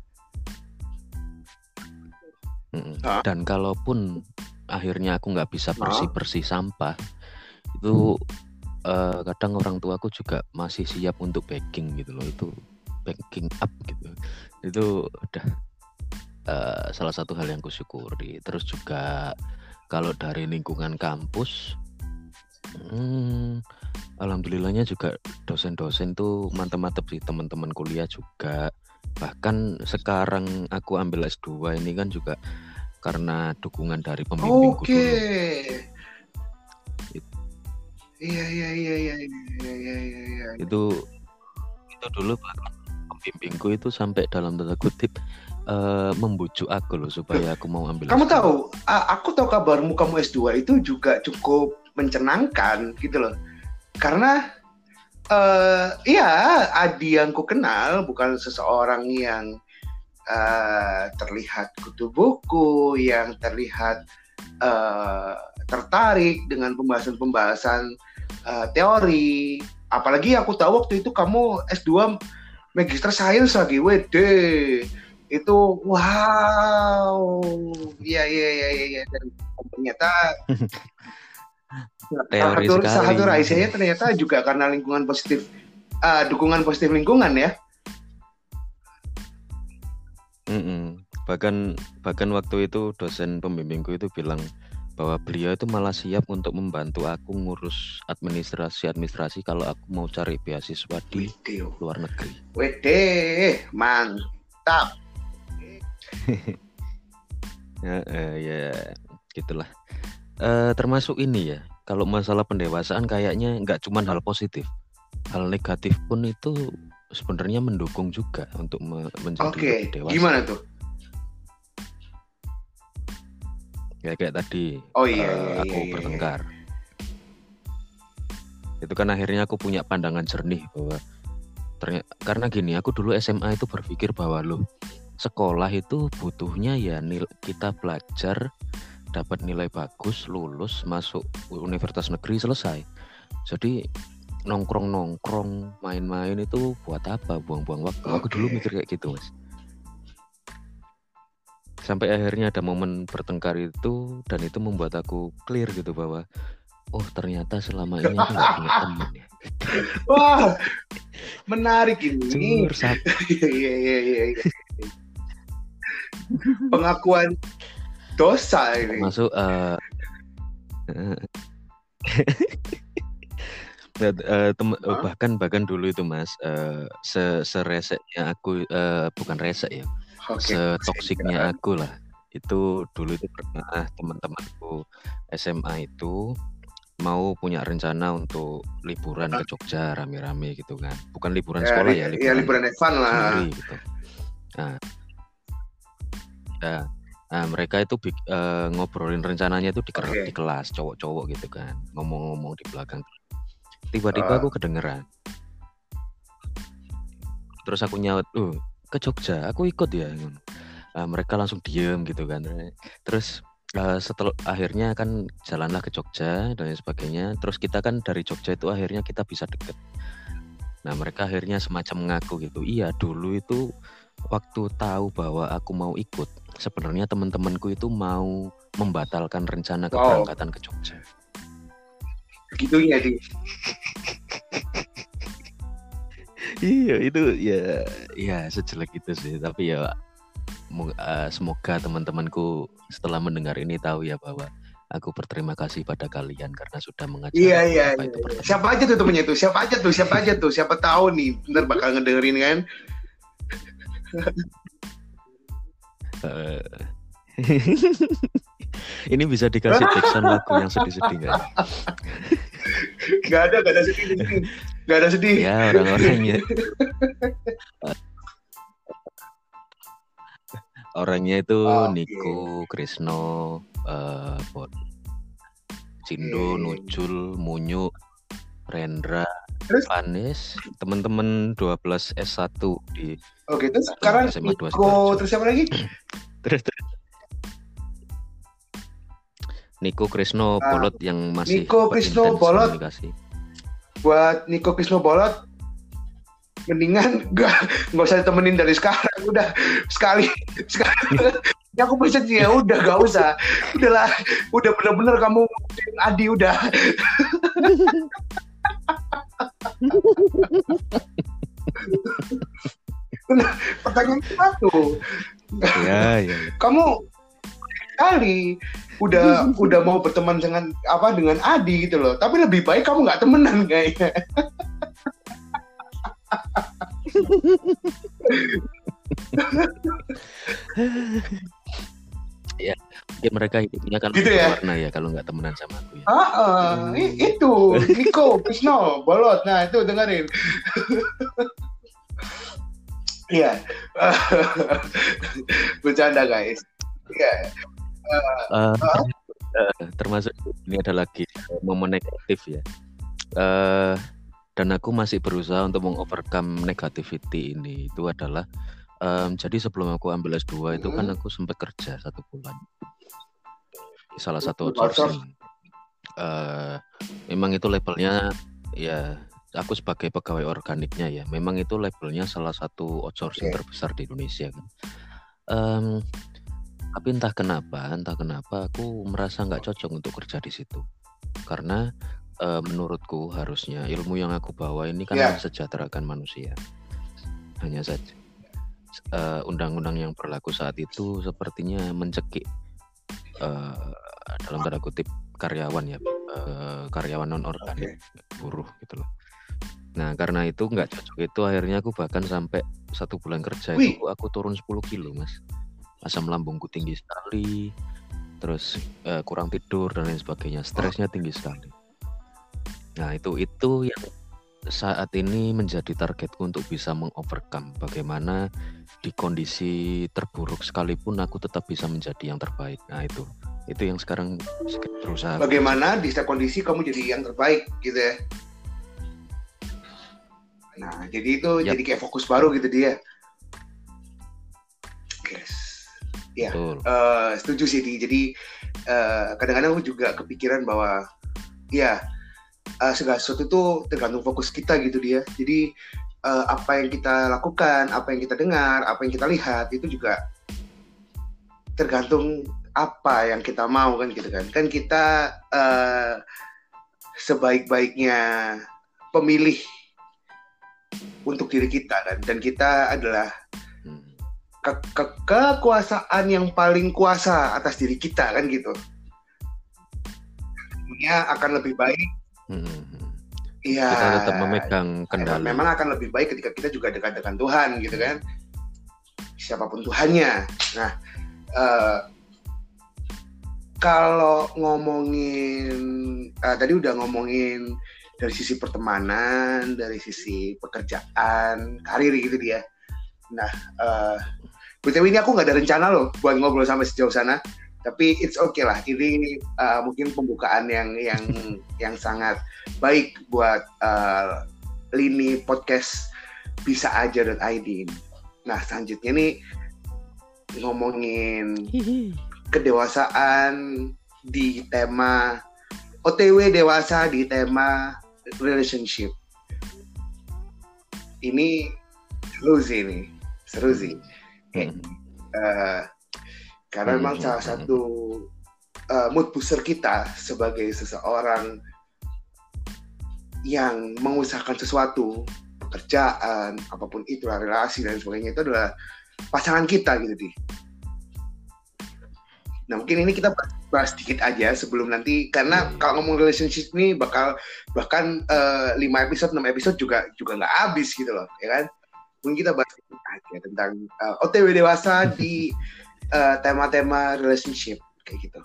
Speaker 2: Dan kalaupun akhirnya aku nggak bisa bersih-bersih sampah itu kadang orang tuaku juga masih siap untuk backing gitu loh, itu backing up gitu. Itu udah salah satu hal yang kusyukuri. Terus juga kalau dari lingkungan kampus alhamdulillahnya juga dosen-dosen tuh mantep-mantep sih, teman-teman kuliah juga. Bahkan sekarang aku ambil S2 ini kan juga karena dukungan dari pembimbingku dulu.
Speaker 1: Iya.
Speaker 2: Itu dulu pembimbingku itu sampai dalam tanda kutip membujuk aku loh supaya aku mau ambil
Speaker 1: kamu
Speaker 2: S2.
Speaker 1: Tahu, aku tahu kabarmu kamu S2 itu juga cukup mencenangkan gitu loh. Karena Adi yang ku kenal bukan seseorang yang terlihat kutu buku, yang terlihat tertarik dengan pembahasan teori. Apalagi aku tahu waktu itu kamu S2 Magister Science lagi, wede. Itu wow. Iya. Dan ternyata salah satu rahasianya ternyata juga karena lingkungan positif, dukungan positif lingkungan ya.
Speaker 2: Bahkan waktu itu dosen pembimbingku itu bilang bahwa beliau itu malah siap untuk membantu aku ngurus administrasi kalau aku mau cari beasiswa di luar negeri.
Speaker 1: Wede, mantap.
Speaker 2: Ya gitulah. Termasuk ini ya, kalau masalah pendewasaan kayaknya nggak cuma hal positif, hal negatif pun itu sebenarnya mendukung juga untuk menjadi lebih dewasa.
Speaker 1: Gimana tuh?
Speaker 2: Kayak tadi aku
Speaker 1: Iya.
Speaker 2: bertengkar. Itu kan akhirnya aku punya pandangan jernih bahwa karena gini, aku dulu SMA itu berpikir bahwa loh, sekolah itu butuhnya ya kita belajar, dapat nilai bagus, lulus, masuk universitas negeri, selesai. Jadi nongkrong, main-main itu buat apa? Buang-buang waktu. Aku dulu mikir kayak gitu, Mas. Sampai akhirnya ada momen bertengkar itu, dan itu membuat aku clear gitu bahwa oh ternyata selama ini aku nggak punya teman ya.
Speaker 1: Wah, menarik ini. Iya. Pengakuan dosa ini.
Speaker 2: Masuk bahkan dulu itu Mas, sereseknya aku, bukan resek ya, setoksiknya aku lah. Itu dulu itu pernah teman-temanku SMA itu mau punya rencana untuk liburan ke Jogja rame-rame gitu kan. Bukan liburan sekolah ya,
Speaker 1: liburan fun lah.
Speaker 2: Sendiri, gitu. Nah, mereka itu ngobrolin rencananya itu di kelas, cowok-cowok gitu kan, ngomong-ngomong di belakang. Tiba-tiba aku kedengeran. Terus aku nyaut, ke Jogja, aku ikut ya. Mereka langsung diem gitu kan. Terus setelah akhirnya kan jalanlah ke Jogja dan sebagainya. Terus kita kan dari Jogja itu akhirnya kita bisa deket. Nah mereka akhirnya semacam mengaku gitu. Iya dulu itu waktu tahu bahwa aku mau ikut, sebenarnya teman-temanku itu mau membatalkan rencana keberangkatan ke Jogja.
Speaker 1: Gitunya sih.
Speaker 2: Iya itu ya sejelek itu sih. Tapi ya semoga teman-temanku setelah mendengar ini tahu ya bahwa aku berterima kasih pada kalian karena sudah mengajari.
Speaker 1: Iya. Siapa aja tuh temennya tuh? Siapa aja tuh? Siapa tahu nih, bener bakal ngedengerin kan?
Speaker 2: Ini bisa dikasih backsound lagu yang sedih-sedih nggak?
Speaker 1: Nggak ada sedih.
Speaker 2: Ya orang-orangnya. Orangnya itu Niko, Krisno, Cindo, Nujul, Munyu, Rendra, Anis, teman-teman 12 S1 di.
Speaker 1: Oke, terus sekarang Niko, terus siapa lagi?
Speaker 2: Terus Niko Krisno Bolot yang masih
Speaker 1: Niko Krisno Bolot. Buat Niko Krisno Bolot, mendingan gak usah ditemenin dari sekarang, udah sekali ya aku bisa sih ya udah gak usah, udahlah, udah bener-bener kamu Adi udah. Pertanyaan satu, ya. Kamu kali udah mau berteman dengan Adi gitu loh, tapi lebih baik kamu nggak temenan kayaknya.
Speaker 2: Ya, mungkin mereka hidupnya kan gitu berwarna ya kalau nggak temenan sama aku ya.
Speaker 1: Itu Niko Krisno Bolot, nah itu dengerin. Iya, bercanda guys. Iya.
Speaker 2: Termasuk ini ada lagi momen negatif ya. Dan aku masih berusaha untuk mengovercome negativity ini. Itu adalah jadi sebelum aku ambil S2 itu kan aku sempat kerja 1 bulan di salah satu outsourcing. Memang itu labelnya ya, aku sebagai pegawai organiknya ya, memang itu labelnya salah satu outsourcing terbesar di Indonesia kan. Tapi entah kenapa aku merasa nggak cocok untuk kerja di situ, karena menurutku harusnya ilmu yang aku bawa ini kan mensejahterakan manusia. Hanya saja undang-undang yang berlaku saat itu sepertinya mencekik dalam tanda kutip karyawan ya, karyawan non organik, buruh gitu loh. Nah karena itu nggak cocok itu, akhirnya aku bahkan sampai 1 bulan kerja itu aku turun 10 kilo Mas. Asam lambungku tinggi sekali, terus kurang tidur dan lain sebagainya, stresnya tinggi sekali. Nah, itu yang saat ini menjadi targetku untuk bisa mengovercome bagaimana di kondisi terburuk sekalipun aku tetap bisa menjadi yang terbaik. Nah, itu yang sekarang berusaha.
Speaker 1: Bagaimana di setiap kondisi kamu jadi yang terbaik gitu ya. Nah, jadi itu
Speaker 2: Yap.
Speaker 1: jadi kayak fokus baru gitu dia. Yes. Ya, setuju sih. Jadi kadang-kadang aku juga kepikiran bahwa ya segala sesuatu itu tergantung fokus kita gitu dia. Jadi apa yang kita lakukan, apa yang kita dengar, apa yang kita lihat itu juga tergantung apa yang kita mau kan gitu kan. Kan kita sebaik-baiknya pemilih untuk diri kita kan, dan kita adalah kekuasaan yang paling kuasa atas diri kita kan gitu. Dunia akan lebih baik. Iya.
Speaker 2: Kita tetap memegang kendali.
Speaker 1: Memang akan lebih baik ketika kita juga dekat dengan Tuhan gitu kan. Siapapun Tuhannya. Nah, kalau ngomongin tadi udah ngomongin dari sisi pertemanan, dari sisi pekerjaan, karir gitu dia. Nah, BTW ini aku nggak ada rencana loh buat ngobrol sampai sejauh sana, tapi it's okay lah. Ini mungkin pembukaan yang sangat baik buat lini podcast bisa aja.id ini. Nah, selanjutnya nih ngomongin kedewasaan di tema OTW dewasa di tema relationship. Ini seru sih. Karena memang salah satu mood booster kita sebagai seseorang yang mengusahakan sesuatu, pekerjaan, apapun itu, relasi dan sebagainya, itu adalah pasangan kita gitu di. Nah, mungkin ini kita bahas sedikit aja sebelum nanti, karena kalau ngomong relationship ini bahkan 5 episode, 6 episode juga nggak habis gitu loh, ya kan? Mungkin kita bahas sedikit aja tentang OTW dewasa di tema-tema relationship kayak gitu.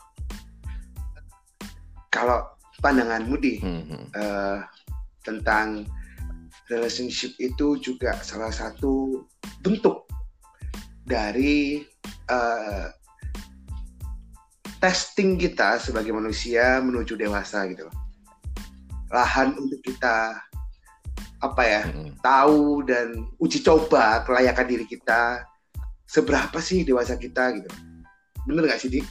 Speaker 1: Kalau pandanganmu di tentang relationship itu juga salah satu bentuk dari testing kita sebagai manusia menuju dewasa gitu loh. Lahan untuk kita tahu dan uji coba kelayakan diri kita, seberapa sih dewasa kita gitu. Bener nggak sih, Dik?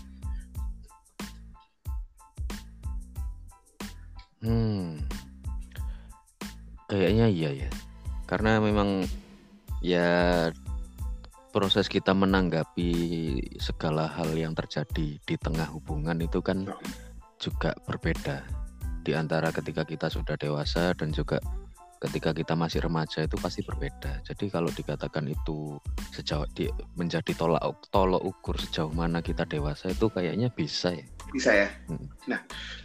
Speaker 2: Kayaknya iya ya. Karena memang ya proses kita menanggapi segala hal yang terjadi di tengah hubungan itu kan juga berbeda di antara ketika kita sudah dewasa dan juga ketika kita masih remaja, itu pasti berbeda. Jadi kalau dikatakan itu menjadi tolok ukur sejauh mana kita dewasa, itu kayaknya bisa ya.
Speaker 1: Bisa ya. Nah,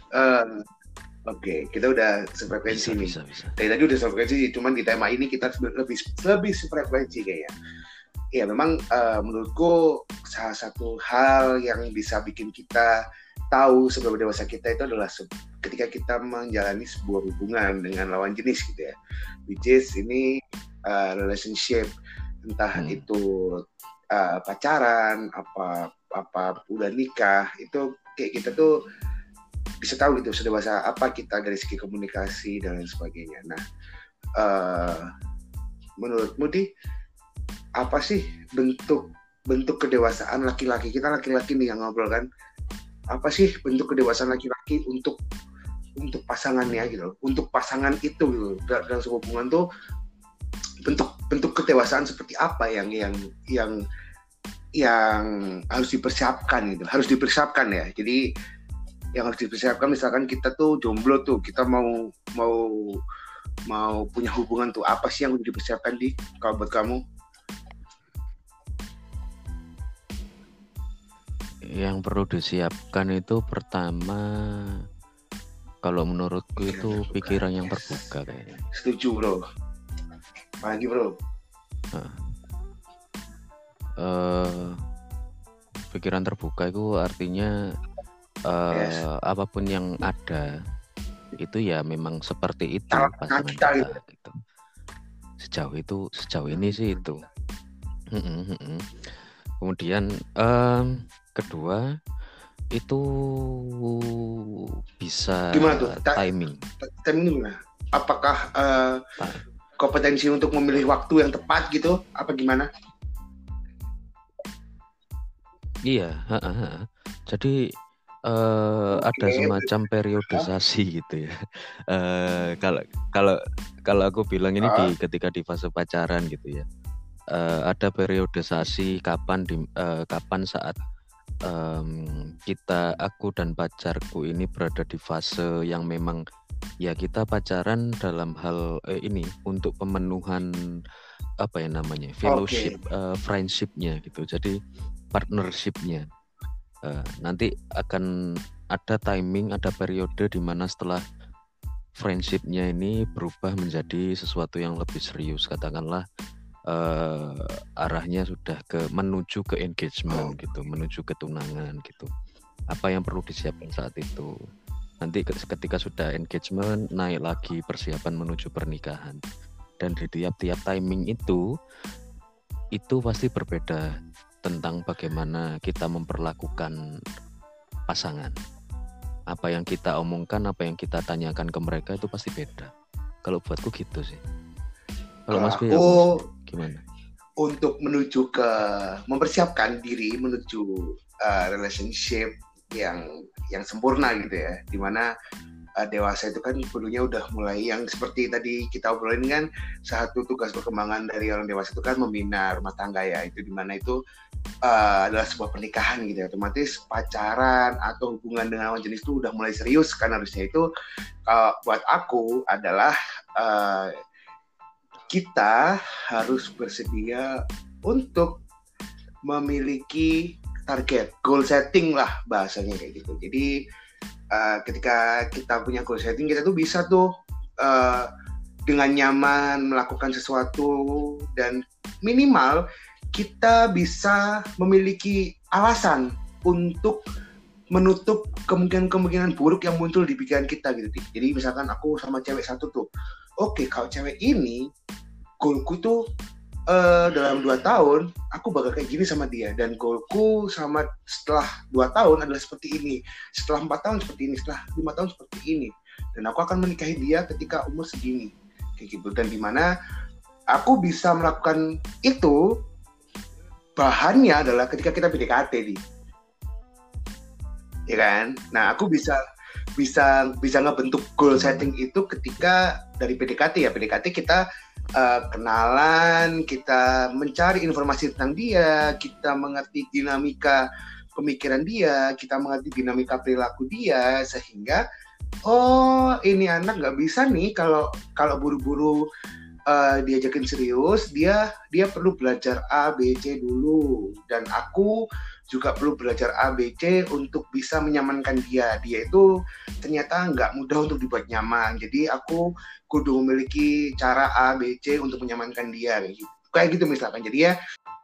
Speaker 1: oke, kita udah sefrekuensi nih. Bisa. Dari tadi udah sefrekuensi, cuman di tema ini kita lebih sefrekuensi kayaknya. Ya memang menurutku salah satu hal yang bisa bikin kita tahu seberapa dewasa kita itu adalah ketika kita menjalani sebuah hubungan dengan lawan jenis gitu ya, which is ini relationship, entah itu pacaran, apa udah nikah, itu kayak kita tuh bisa tahu gitu sedewasa apa kita dari segi komunikasi dan lain sebagainya. Nah, menurutmu di apa sih bentuk kedewasaan laki-laki? Kita laki-laki nih yang ngobrol kan. Apa sih bentuk kedewasaan laki-laki untuk pasangannya gitu? Untuk pasangan itu gitu. Dalam sebuah hubungan tuh bentuk kedewasaan seperti apa yang harus dipersiapkan gitu. Harus dipersiapkan ya. Jadi yang harus dipersiapkan, misalkan kita tuh jomblo tuh, kita mau punya hubungan tuh, apa sih yang harus dipersiapkan di kalau buat kamu?
Speaker 2: Yang perlu disiapkan itu pertama, kalau menurutku itu pikiran yang terbuka kayaknya.
Speaker 1: Setuju bro. Apalagi bro?
Speaker 2: Pikiran terbuka itu artinya apapun yang ada itu ya memang seperti itu
Speaker 1: Cara
Speaker 2: pasangan
Speaker 1: kita
Speaker 2: kita
Speaker 1: gitu.
Speaker 2: gitu. Sejauh ini sih itu. Kemudian kedua itu bisa
Speaker 1: Gimana tuh?
Speaker 2: timing.
Speaker 1: Timing gimana? Apakah
Speaker 2: Ta-
Speaker 1: kompetensi untuk memilih waktu yang tepat gitu? Apa gimana?
Speaker 2: Iya, jadi ada
Speaker 1: Oke.
Speaker 2: semacam periodisasi gitu ya. Kalau kalau kalau aku bilang ini
Speaker 1: Ah,
Speaker 2: ketika di fase pacaran gitu ya. Ada periodisasi kapan saat aku dan pacarku ini berada di fase yang memang ya kita pacaran dalam hal ini untuk pemenuhan apa ya namanya fellowship, friendship-nya gitu. Jadi partnership-nya. Nanti akan ada timing, ada periode di mana setelah friendship-nya ini berubah menjadi sesuatu yang lebih serius, katakanlah arahnya sudah menuju ke engagement gitu, menuju ke tunangan gitu. Apa yang perlu disiapkan saat itu? Nanti ketika sudah engagement, naik lagi persiapan menuju pernikahan. Dan di tiap-tiap timing itu pasti berbeda tentang bagaimana kita memperlakukan pasangan. Apa yang kita omongkan, apa yang kita tanyakan ke mereka itu pasti beda. Kalau buatku gitu sih. Kalau Mas Pi, gimana?
Speaker 1: Untuk menuju ke mempersiapkan diri menuju relationship yang sempurna gitu ya, dimana dewasa itu kan dulunya udah mulai yang seperti tadi kita obrolin kan, satu tugas perkembangan dari orang dewasa itu kan membina rumah tangga ya, itu dimana itu adalah sebuah pernikahan gitu ya, otomatis pacaran atau hubungan dengan lawan jenis itu udah mulai serius kan, harusnya itu buat aku adalah kita harus bersedia untuk memiliki target, goal setting lah bahasanya kayak gitu. Jadi ketika kita punya goal setting, kita tuh bisa tuh dengan nyaman melakukan sesuatu, dan minimal kita bisa memiliki alasan untuk menutup kemungkinan-kemungkinan buruk yang muncul di pikiran kita gitu. Jadi misalkan aku sama cewek satu tuh, oke, kalau cewek ini goalku tuh dalam 2 tahun aku bakal kayak gini sama dia, dan goalku sama setelah 2 tahun adalah seperti ini, setelah 4 tahun seperti ini, setelah 5 tahun seperti ini, dan aku akan menikahi dia ketika umur segini kayak gitu. Dan dimana aku bisa melakukan itu, bahannya adalah ketika kita PDKT nih, ya kan? Nah, aku bisa ngebentuk goal setting itu ketika dari PDKT ya. PDKT kita kenalan, kita mencari informasi tentang dia, kita mengerti dinamika pemikiran dia, kita mengerti dinamika perilaku dia, sehingga ini anak nggak bisa nih kalau buru-buru diajakin serius, dia perlu belajar A, B, C dulu, dan aku juga perlu belajar A, B, C untuk bisa menyamankan dia. Dia itu ternyata nggak mudah untuk dibuat nyaman, jadi aku kudu memiliki cara A, B, C untuk menyamankan dia kayak gitu misalkan. Jadi ya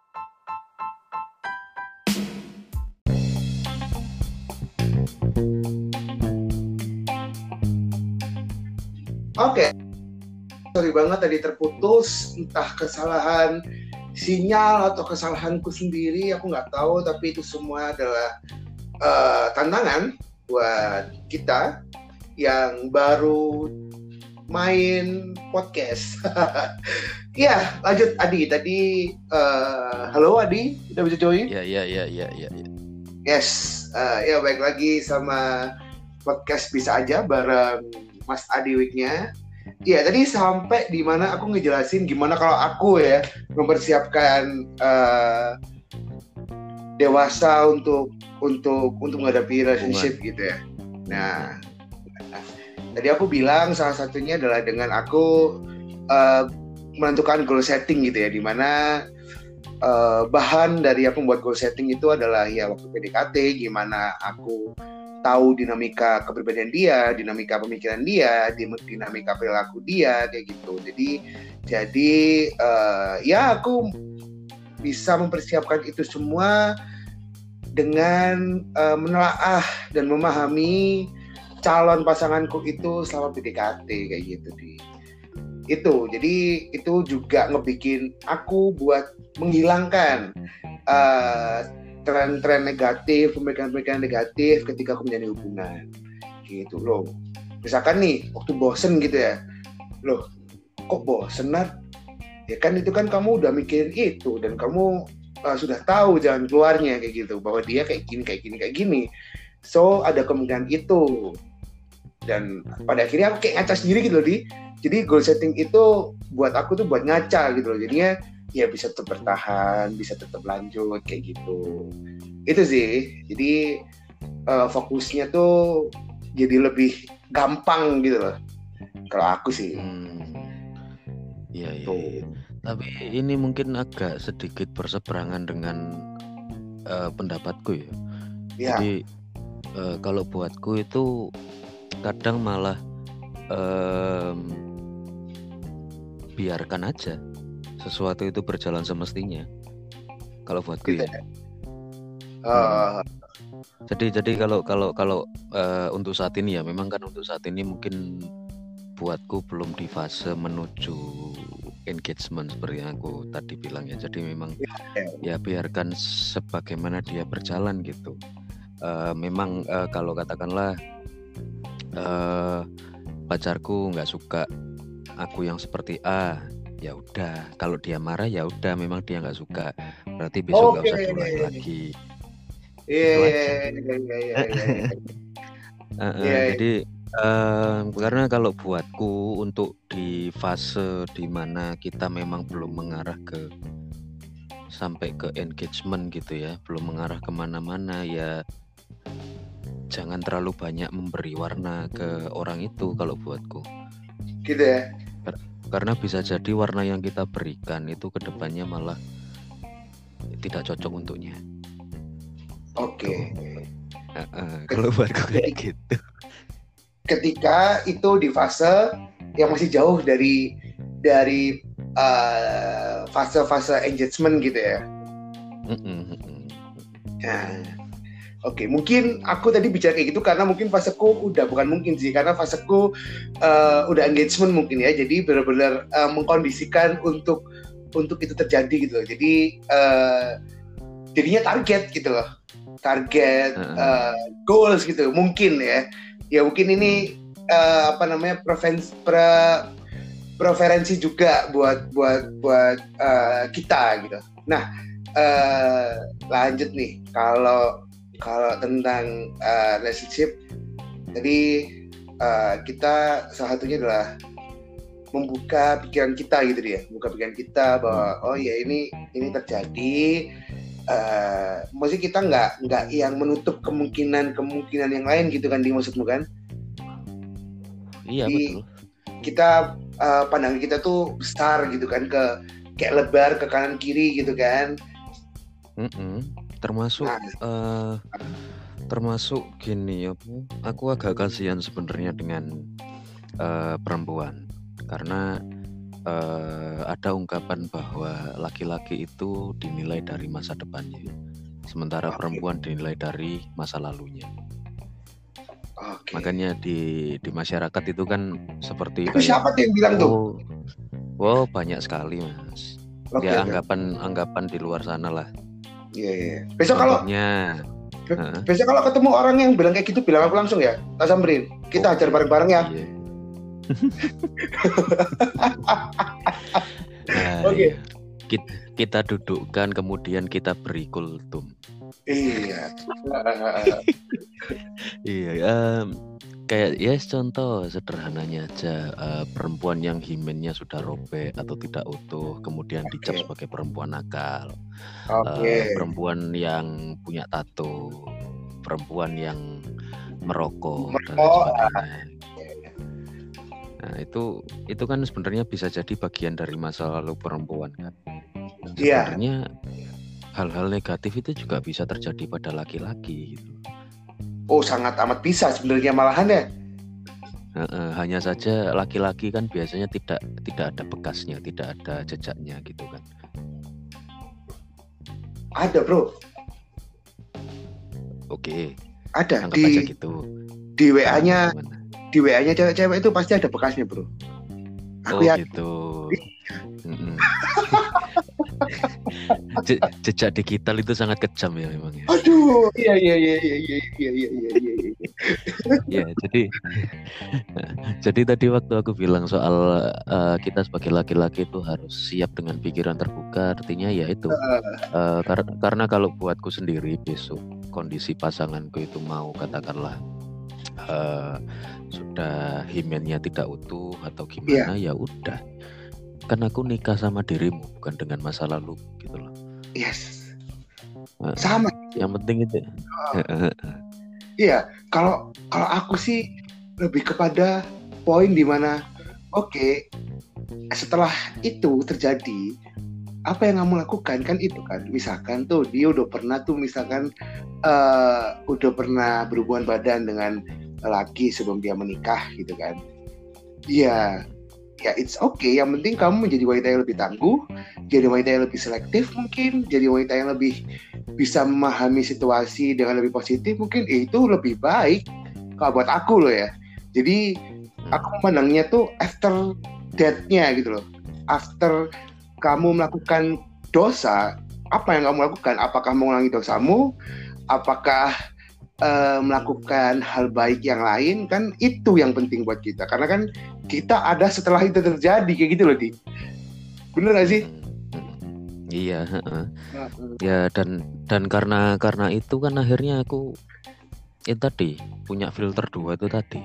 Speaker 1: oke. Sorry banget tadi terputus, entah kesalahan sinyal atau kesalahanku sendiri, aku nggak tahu, tapi itu semua adalah tantangan buat kita yang baru main podcast. Ya, lanjut Adi. Tadi halo Adi, udah bisa join?
Speaker 2: Ya.
Speaker 1: Yes, ya baik lagi sama podcast Bisa Aja bareng Mas Adi Wiknya. Ya, tadi sampai di mana aku ngejelasin gimana kalau aku ya mempersiapkan dewasa untuk menghadapi relationship gitu ya. Nah, tadi aku bilang salah satunya adalah dengan aku menentukan goal setting gitu ya, di mana bahan dari aku membuat goal setting itu adalah ya waktu PDKT, gimana aku tahu dinamika kepribadian dia, dinamika pemikiran dia, dinamika perilaku dia kayak gitu. Jadi ya aku bisa mempersiapkan itu semua dengan menelaah dan memahami calon pasanganku itu selama PDKT kayak gitu itu. Jadi itu juga ngebikin aku buat menghilangkan tren-tren negatif, pemikiran-pemikiran negatif ketika aku menjalani hubungan gitu loh. Misalkan nih waktu bosen gitu ya, loh kok bosen Nat? Ya kan itu kan kamu udah mikirin itu dan kamu sudah tahu jalan keluarnya kayak gitu, bahwa dia kayak gini. So ada kemungkinan itu, dan pada akhirnya aku kayak ngaca sendiri gitu loh jadi goal setting itu buat aku tuh buat ngaca gitu loh, jadinya ya bisa tetap bertahan, bisa tetap lanjut kayak gitu. Itu sih, jadi fokusnya tuh jadi lebih gampang gitu loh kalau aku sih.
Speaker 2: Iya. Tapi ini mungkin agak sedikit berseberangan dengan pendapatku ya. Jadi kalau buatku itu kadang malah biarkan aja sesuatu itu berjalan semestinya. Kalau buatku gitu, ya. Jadi kalau untuk saat ini ya, memang kan untuk saat ini mungkin buatku belum di fase menuju engagement seperti yang aku tadi bilang ya. Jadi memang ya biarkan sebagaimana dia berjalan gitu. Memang kalau katakanlah pacarku nggak suka aku yang seperti A, ya udah. Kalau dia marah ya udah, memang dia nggak suka. Berarti besok nggak usah diulangi lagi. Jadi karena kalau buatku untuk di fase dimana kita memang belum mengarah sampai ke engagement gitu ya, belum mengarah kemana-mana, ya jangan terlalu banyak memberi warna ke orang itu kalau buatku.
Speaker 1: Gitu ya.
Speaker 2: Karena bisa jadi warna yang kita berikan itu kedepannya malah tidak cocok untuknya.
Speaker 1: Oke.
Speaker 2: Kalau buatku kayak gitu.
Speaker 1: Ketika itu di fase yang masih jauh dari fase-fase engagement gitu ya. Oke, mungkin aku tadi bicara kayak gitu karena mungkin faseku karena faseku udah engagement mungkin ya. Jadi benar-benar mengkondisikan untuk itu terjadi gitu loh. Jadi jadinya target gitu loh. Target goals gitu mungkin ya. Ya mungkin ini preferensi juga buat kita gitu. Nah, lanjut nih kalau tentang relationship tadi, kita salah satunya adalah membuka pikiran kita gitu dia, membuka pikiran kita bahwa oh ya ini terjadi. Maksudnya kita nggak yang menutup kemungkinan yang lain gitu kan, maksudmu kan?
Speaker 2: Iya. Jadi, betul.
Speaker 1: Kita pandangan kita tuh besar gitu kan, kayak lebar ke kanan kiri gitu kan.
Speaker 2: Termasuk gini ya, aku agak kasihan sebenarnya dengan perempuan karena ada ungkapan bahwa laki-laki itu dinilai dari masa depannya, sementara perempuan dinilai dari masa lalunya. Makanya di masyarakat itu kan seperti
Speaker 1: kayak, siapa tuh yang bilang tuh?
Speaker 2: Wow, banyak sekali Mas. Ya anggapan di luar sana lah.
Speaker 1: Iya. Besok kalau ketemu orang yang bilang kayak gitu, bilang aku langsung ya, tak samperin. Kita ajar bareng-bareng ya.
Speaker 2: Iya.
Speaker 1: Oke.
Speaker 2: Kita dudukkan, kemudian kita beri kultum.
Speaker 1: Iya.
Speaker 2: Kayak contoh sederhananya aja, perempuan yang himennya sudah robek atau tidak utuh, kemudian dicap sebagai perempuan nakal. Perempuan yang punya tato, perempuan yang merokok dan sebagainya. Nah, itu kan sebenarnya bisa jadi bagian dari masa lalu perempuan kan. Sebenarnya hal-hal negatif itu juga bisa terjadi pada laki-laki gitu.
Speaker 1: Oh, sangat amat bisa sebenarnya malahan ya.
Speaker 2: Hanya saja laki-laki kan biasanya tidak ada bekasnya, tidak ada jejaknya gitu kan.
Speaker 1: Ada, bro.
Speaker 2: Oke.
Speaker 1: Ada
Speaker 2: anggap aja gitu.
Speaker 1: Di di WA-nya cewek-cewek itu pasti ada bekasnya, bro. Aku
Speaker 2: gitu. Jejak digital itu sangat kejam ya memang ya.
Speaker 1: Aduh, iya.
Speaker 2: Ya, jadi tadi waktu aku bilang soal kita sebagai laki-laki itu harus siap dengan pikiran terbuka, artinya ya itu. Karena kalau buatku sendiri besok kondisi pasanganku itu mau katakanlah sudah himennya tidak utuh atau gimana, ya udah. Kan aku nikah sama dirimu bukan dengan masa lalu gitu loh.
Speaker 1: Yes. Sama.
Speaker 2: Yang penting itu.
Speaker 1: Iya, kalau aku sih lebih kepada poin di mana oke, setelah itu terjadi, apa yang kamu lakukan kan itu kan, misalkan tuh dia udah pernah tuh misalkan udah pernah berhubungan badan dengan laki sebelum dia menikah gitu kan. Ya it's okay. Yang penting kamu menjadi wanita yang lebih tangguh, jadi wanita yang lebih selektif mungkin, jadi wanita yang lebih bisa memahami situasi dengan lebih positif mungkin, itu lebih baik kalau buat aku loh ya. Jadi aku memandangnya tuh after that-nya gitu loh. After kamu melakukan dosa, apa yang kamu lakukan? Apakah mengulangi dosamu? Apakah melakukan hal baik yang lain? Kan itu yang penting buat kita. Karena kan kita ada setelah itu terjadi kayak gitu loh, Di. Bener gak sih?
Speaker 2: Iya. Ya dan karena itu kan akhirnya aku tadi punya filter 2 itu tadi.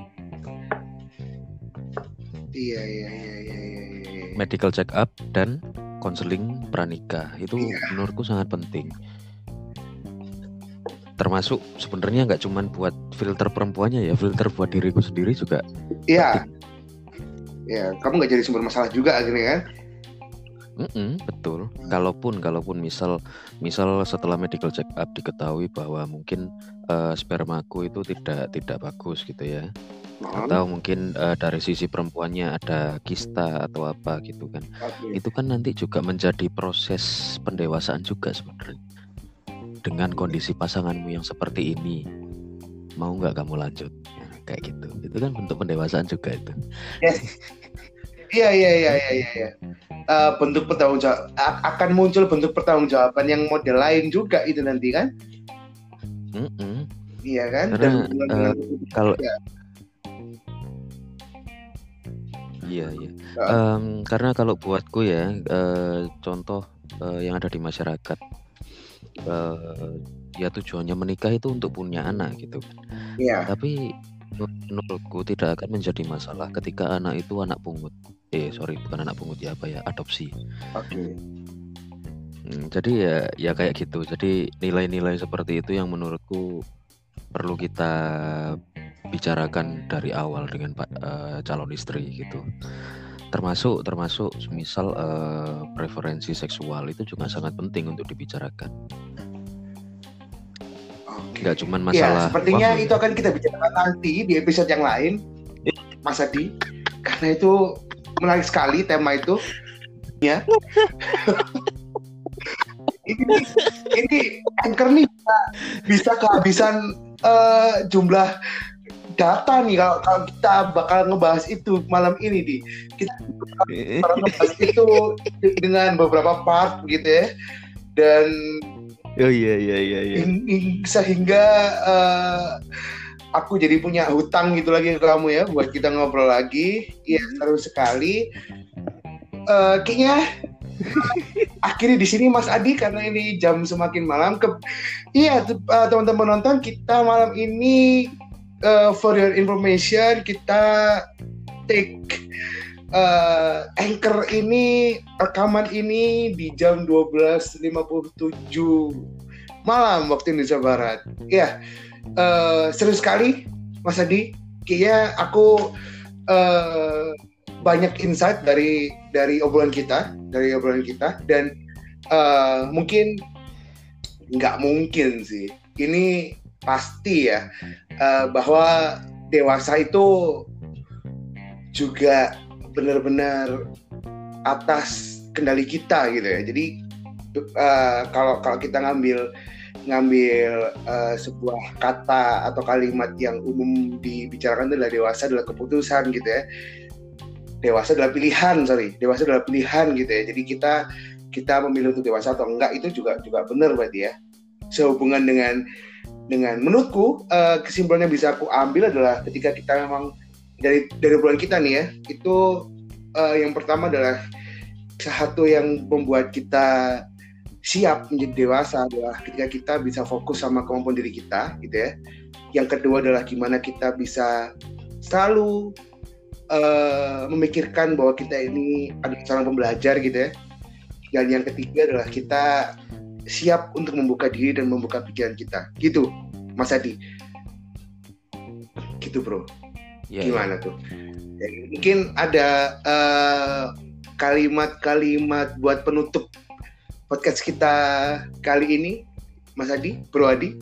Speaker 1: Iya.
Speaker 2: Medical check up dan konseling pranikah itu menurutku sangat penting. Termasuk sebenarnya nggak cuma buat filter perempuannya ya, filter buat diriku sendiri juga.
Speaker 1: Iya. Ya, kamu nggak jadi sumber masalah juga akhirnya kan?
Speaker 2: Betul. Kalaupun misal setelah medical check up diketahui bahwa mungkin spermaku itu tidak bagus gitu ya. Atau mungkin dari sisi perempuannya ada kista atau apa gitu kan. Itu kan nanti juga menjadi proses pendewasaan juga sebenarnya. Dengan kondisi pasanganmu yang seperti ini, mau nggak kamu lanjut? Ya, kayak gitu. Itu kan bentuk pendewasaan juga itu.
Speaker 1: Yes. Iya. Bentuk pertanggungjawab akan muncul bentuk pertanggungjawaban yang model lain juga itu nanti kan? Iya kan?
Speaker 2: Karena kalau iya. Karena kalau buatku ya contoh yang ada di masyarakat. Ya tujuannya menikah itu untuk punya anak gitu kan.
Speaker 1: Iya.
Speaker 2: Tapi menurutku tidak akan menjadi masalah ketika anak itu anak pungut. Bukan anak pungut ya, adopsi.
Speaker 1: Oke.
Speaker 2: Jadi ya kayak gitu. Jadi nilai-nilai seperti itu yang menurutku perlu kita bicarakan dari awal dengan calon istri gitu. Termasuk misal preferensi seksual itu juga sangat penting untuk dibicarakan. Nggak cuma masalah.
Speaker 1: Ya, sepertinya itu akan kita bicarakan nanti di episode yang lain, Mas Adi. Karena itu menarik sekali tema itu. Ya. ini anchor nih bisa kehabisan jumlah data nih kalau kita bakal ngebahas itu malam ini, Di. Kita bakal ngebahas itu dengan beberapa part gitu ya. Dan
Speaker 2: iya.
Speaker 1: Sehingga aku jadi punya hutang gitu lagi ke kamu ya buat kita ngobrol lagi. Iya, seru sekali. Kayaknya akhirnya di sini Mas Adi karena ini jam semakin malam. Teman-teman nonton, kita malam ini for your information kita take anchor ini, rekaman ini di jam 12.57 malam waktu Indonesia Barat. Ya, seru sekali Mas Adi. Kayaknya aku banyak insight dari obrolan kita, dan mungkin nggak mungkin sih. Ini pasti ya bahwa dewasa itu juga benar-benar atas kendali kita gitu ya. Jadi kalau kita ngambil ngambil sebuah kata atau kalimat yang umum dibicarakan adalah dewasa adalah keputusan gitu ya. Dewasa adalah pilihan gitu ya. Jadi kita memilih untuk dewasa atau enggak itu juga benar berarti ya. Sehubungan dengan menurutku kesimpulan yang bisa aku ambil adalah ketika kita memang dari bulan kita nih ya, itu yang pertama adalah satu yang membuat kita siap menjadi dewasa adalah ketika kita bisa fokus sama kemampuan diri kita gitu ya. Yang kedua adalah gimana kita bisa selalu memikirkan bahwa kita ini adalah seorang pembelajar gitu ya. Dan yang ketiga adalah kita siap untuk membuka diri dan membuka pikiran kita. Gitu, Mas Adi. Gitu, Bro. Ya, gimana tuh? Ya, mungkin ada kalimat-kalimat buat penutup podcast kita kali ini, Mas Adi, Bro Adi.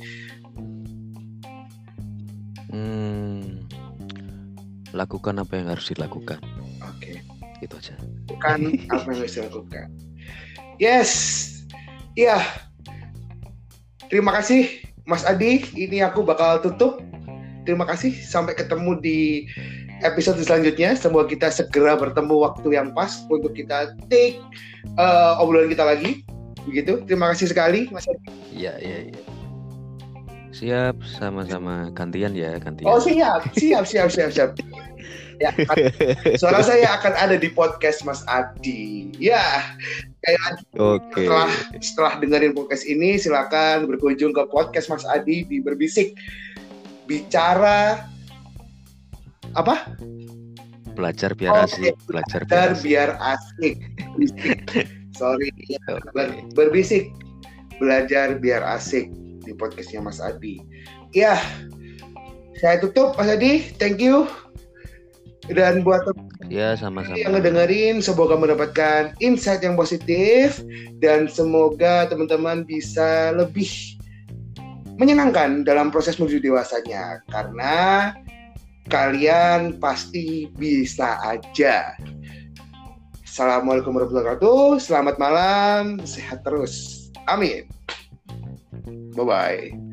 Speaker 2: Lakukan apa yang harus dilakukan.
Speaker 1: Oke.
Speaker 2: Gitu aja.
Speaker 1: Lakukan apa yang harus dilakukan. Yes. Iya. Terima kasih, Mas Adi. Ini aku bakal tutup. Terima kasih. Sampai ketemu di episode selanjutnya. Semoga kita segera bertemu waktu yang pas untuk kita take obrolan kita lagi. Begitu. Terima kasih sekali, Mas Adi.
Speaker 2: Iya. Siap, sama-sama. Gantian.
Speaker 1: Oh, siap. Ya, suara saya akan ada di podcast Mas Adi. Ya, kayak lagi.
Speaker 2: Oke.
Speaker 1: Setelah dengerin podcast ini, silakan berkunjung ke podcast Mas Adi di Berbisik. Bicara apa?
Speaker 2: Belajar biar asik. Belajar
Speaker 1: biar asik. Sorry.
Speaker 2: Okay.
Speaker 1: Berbisik. Belajar biar asik di podcastnya Mas Adi. Ya, saya tutup Mas Adi. Thank you. Dan buat
Speaker 2: sama-sama
Speaker 1: yang ngedengerin, semoga mendapatkan insight yang positif dan semoga teman-teman bisa lebih menyenangkan dalam proses menuju dewasanya karena kalian pasti bisa aja. Assalamualaikum warahmatullahi wabarakatuh. Selamat malam, sehat terus. Amin. Bye-bye.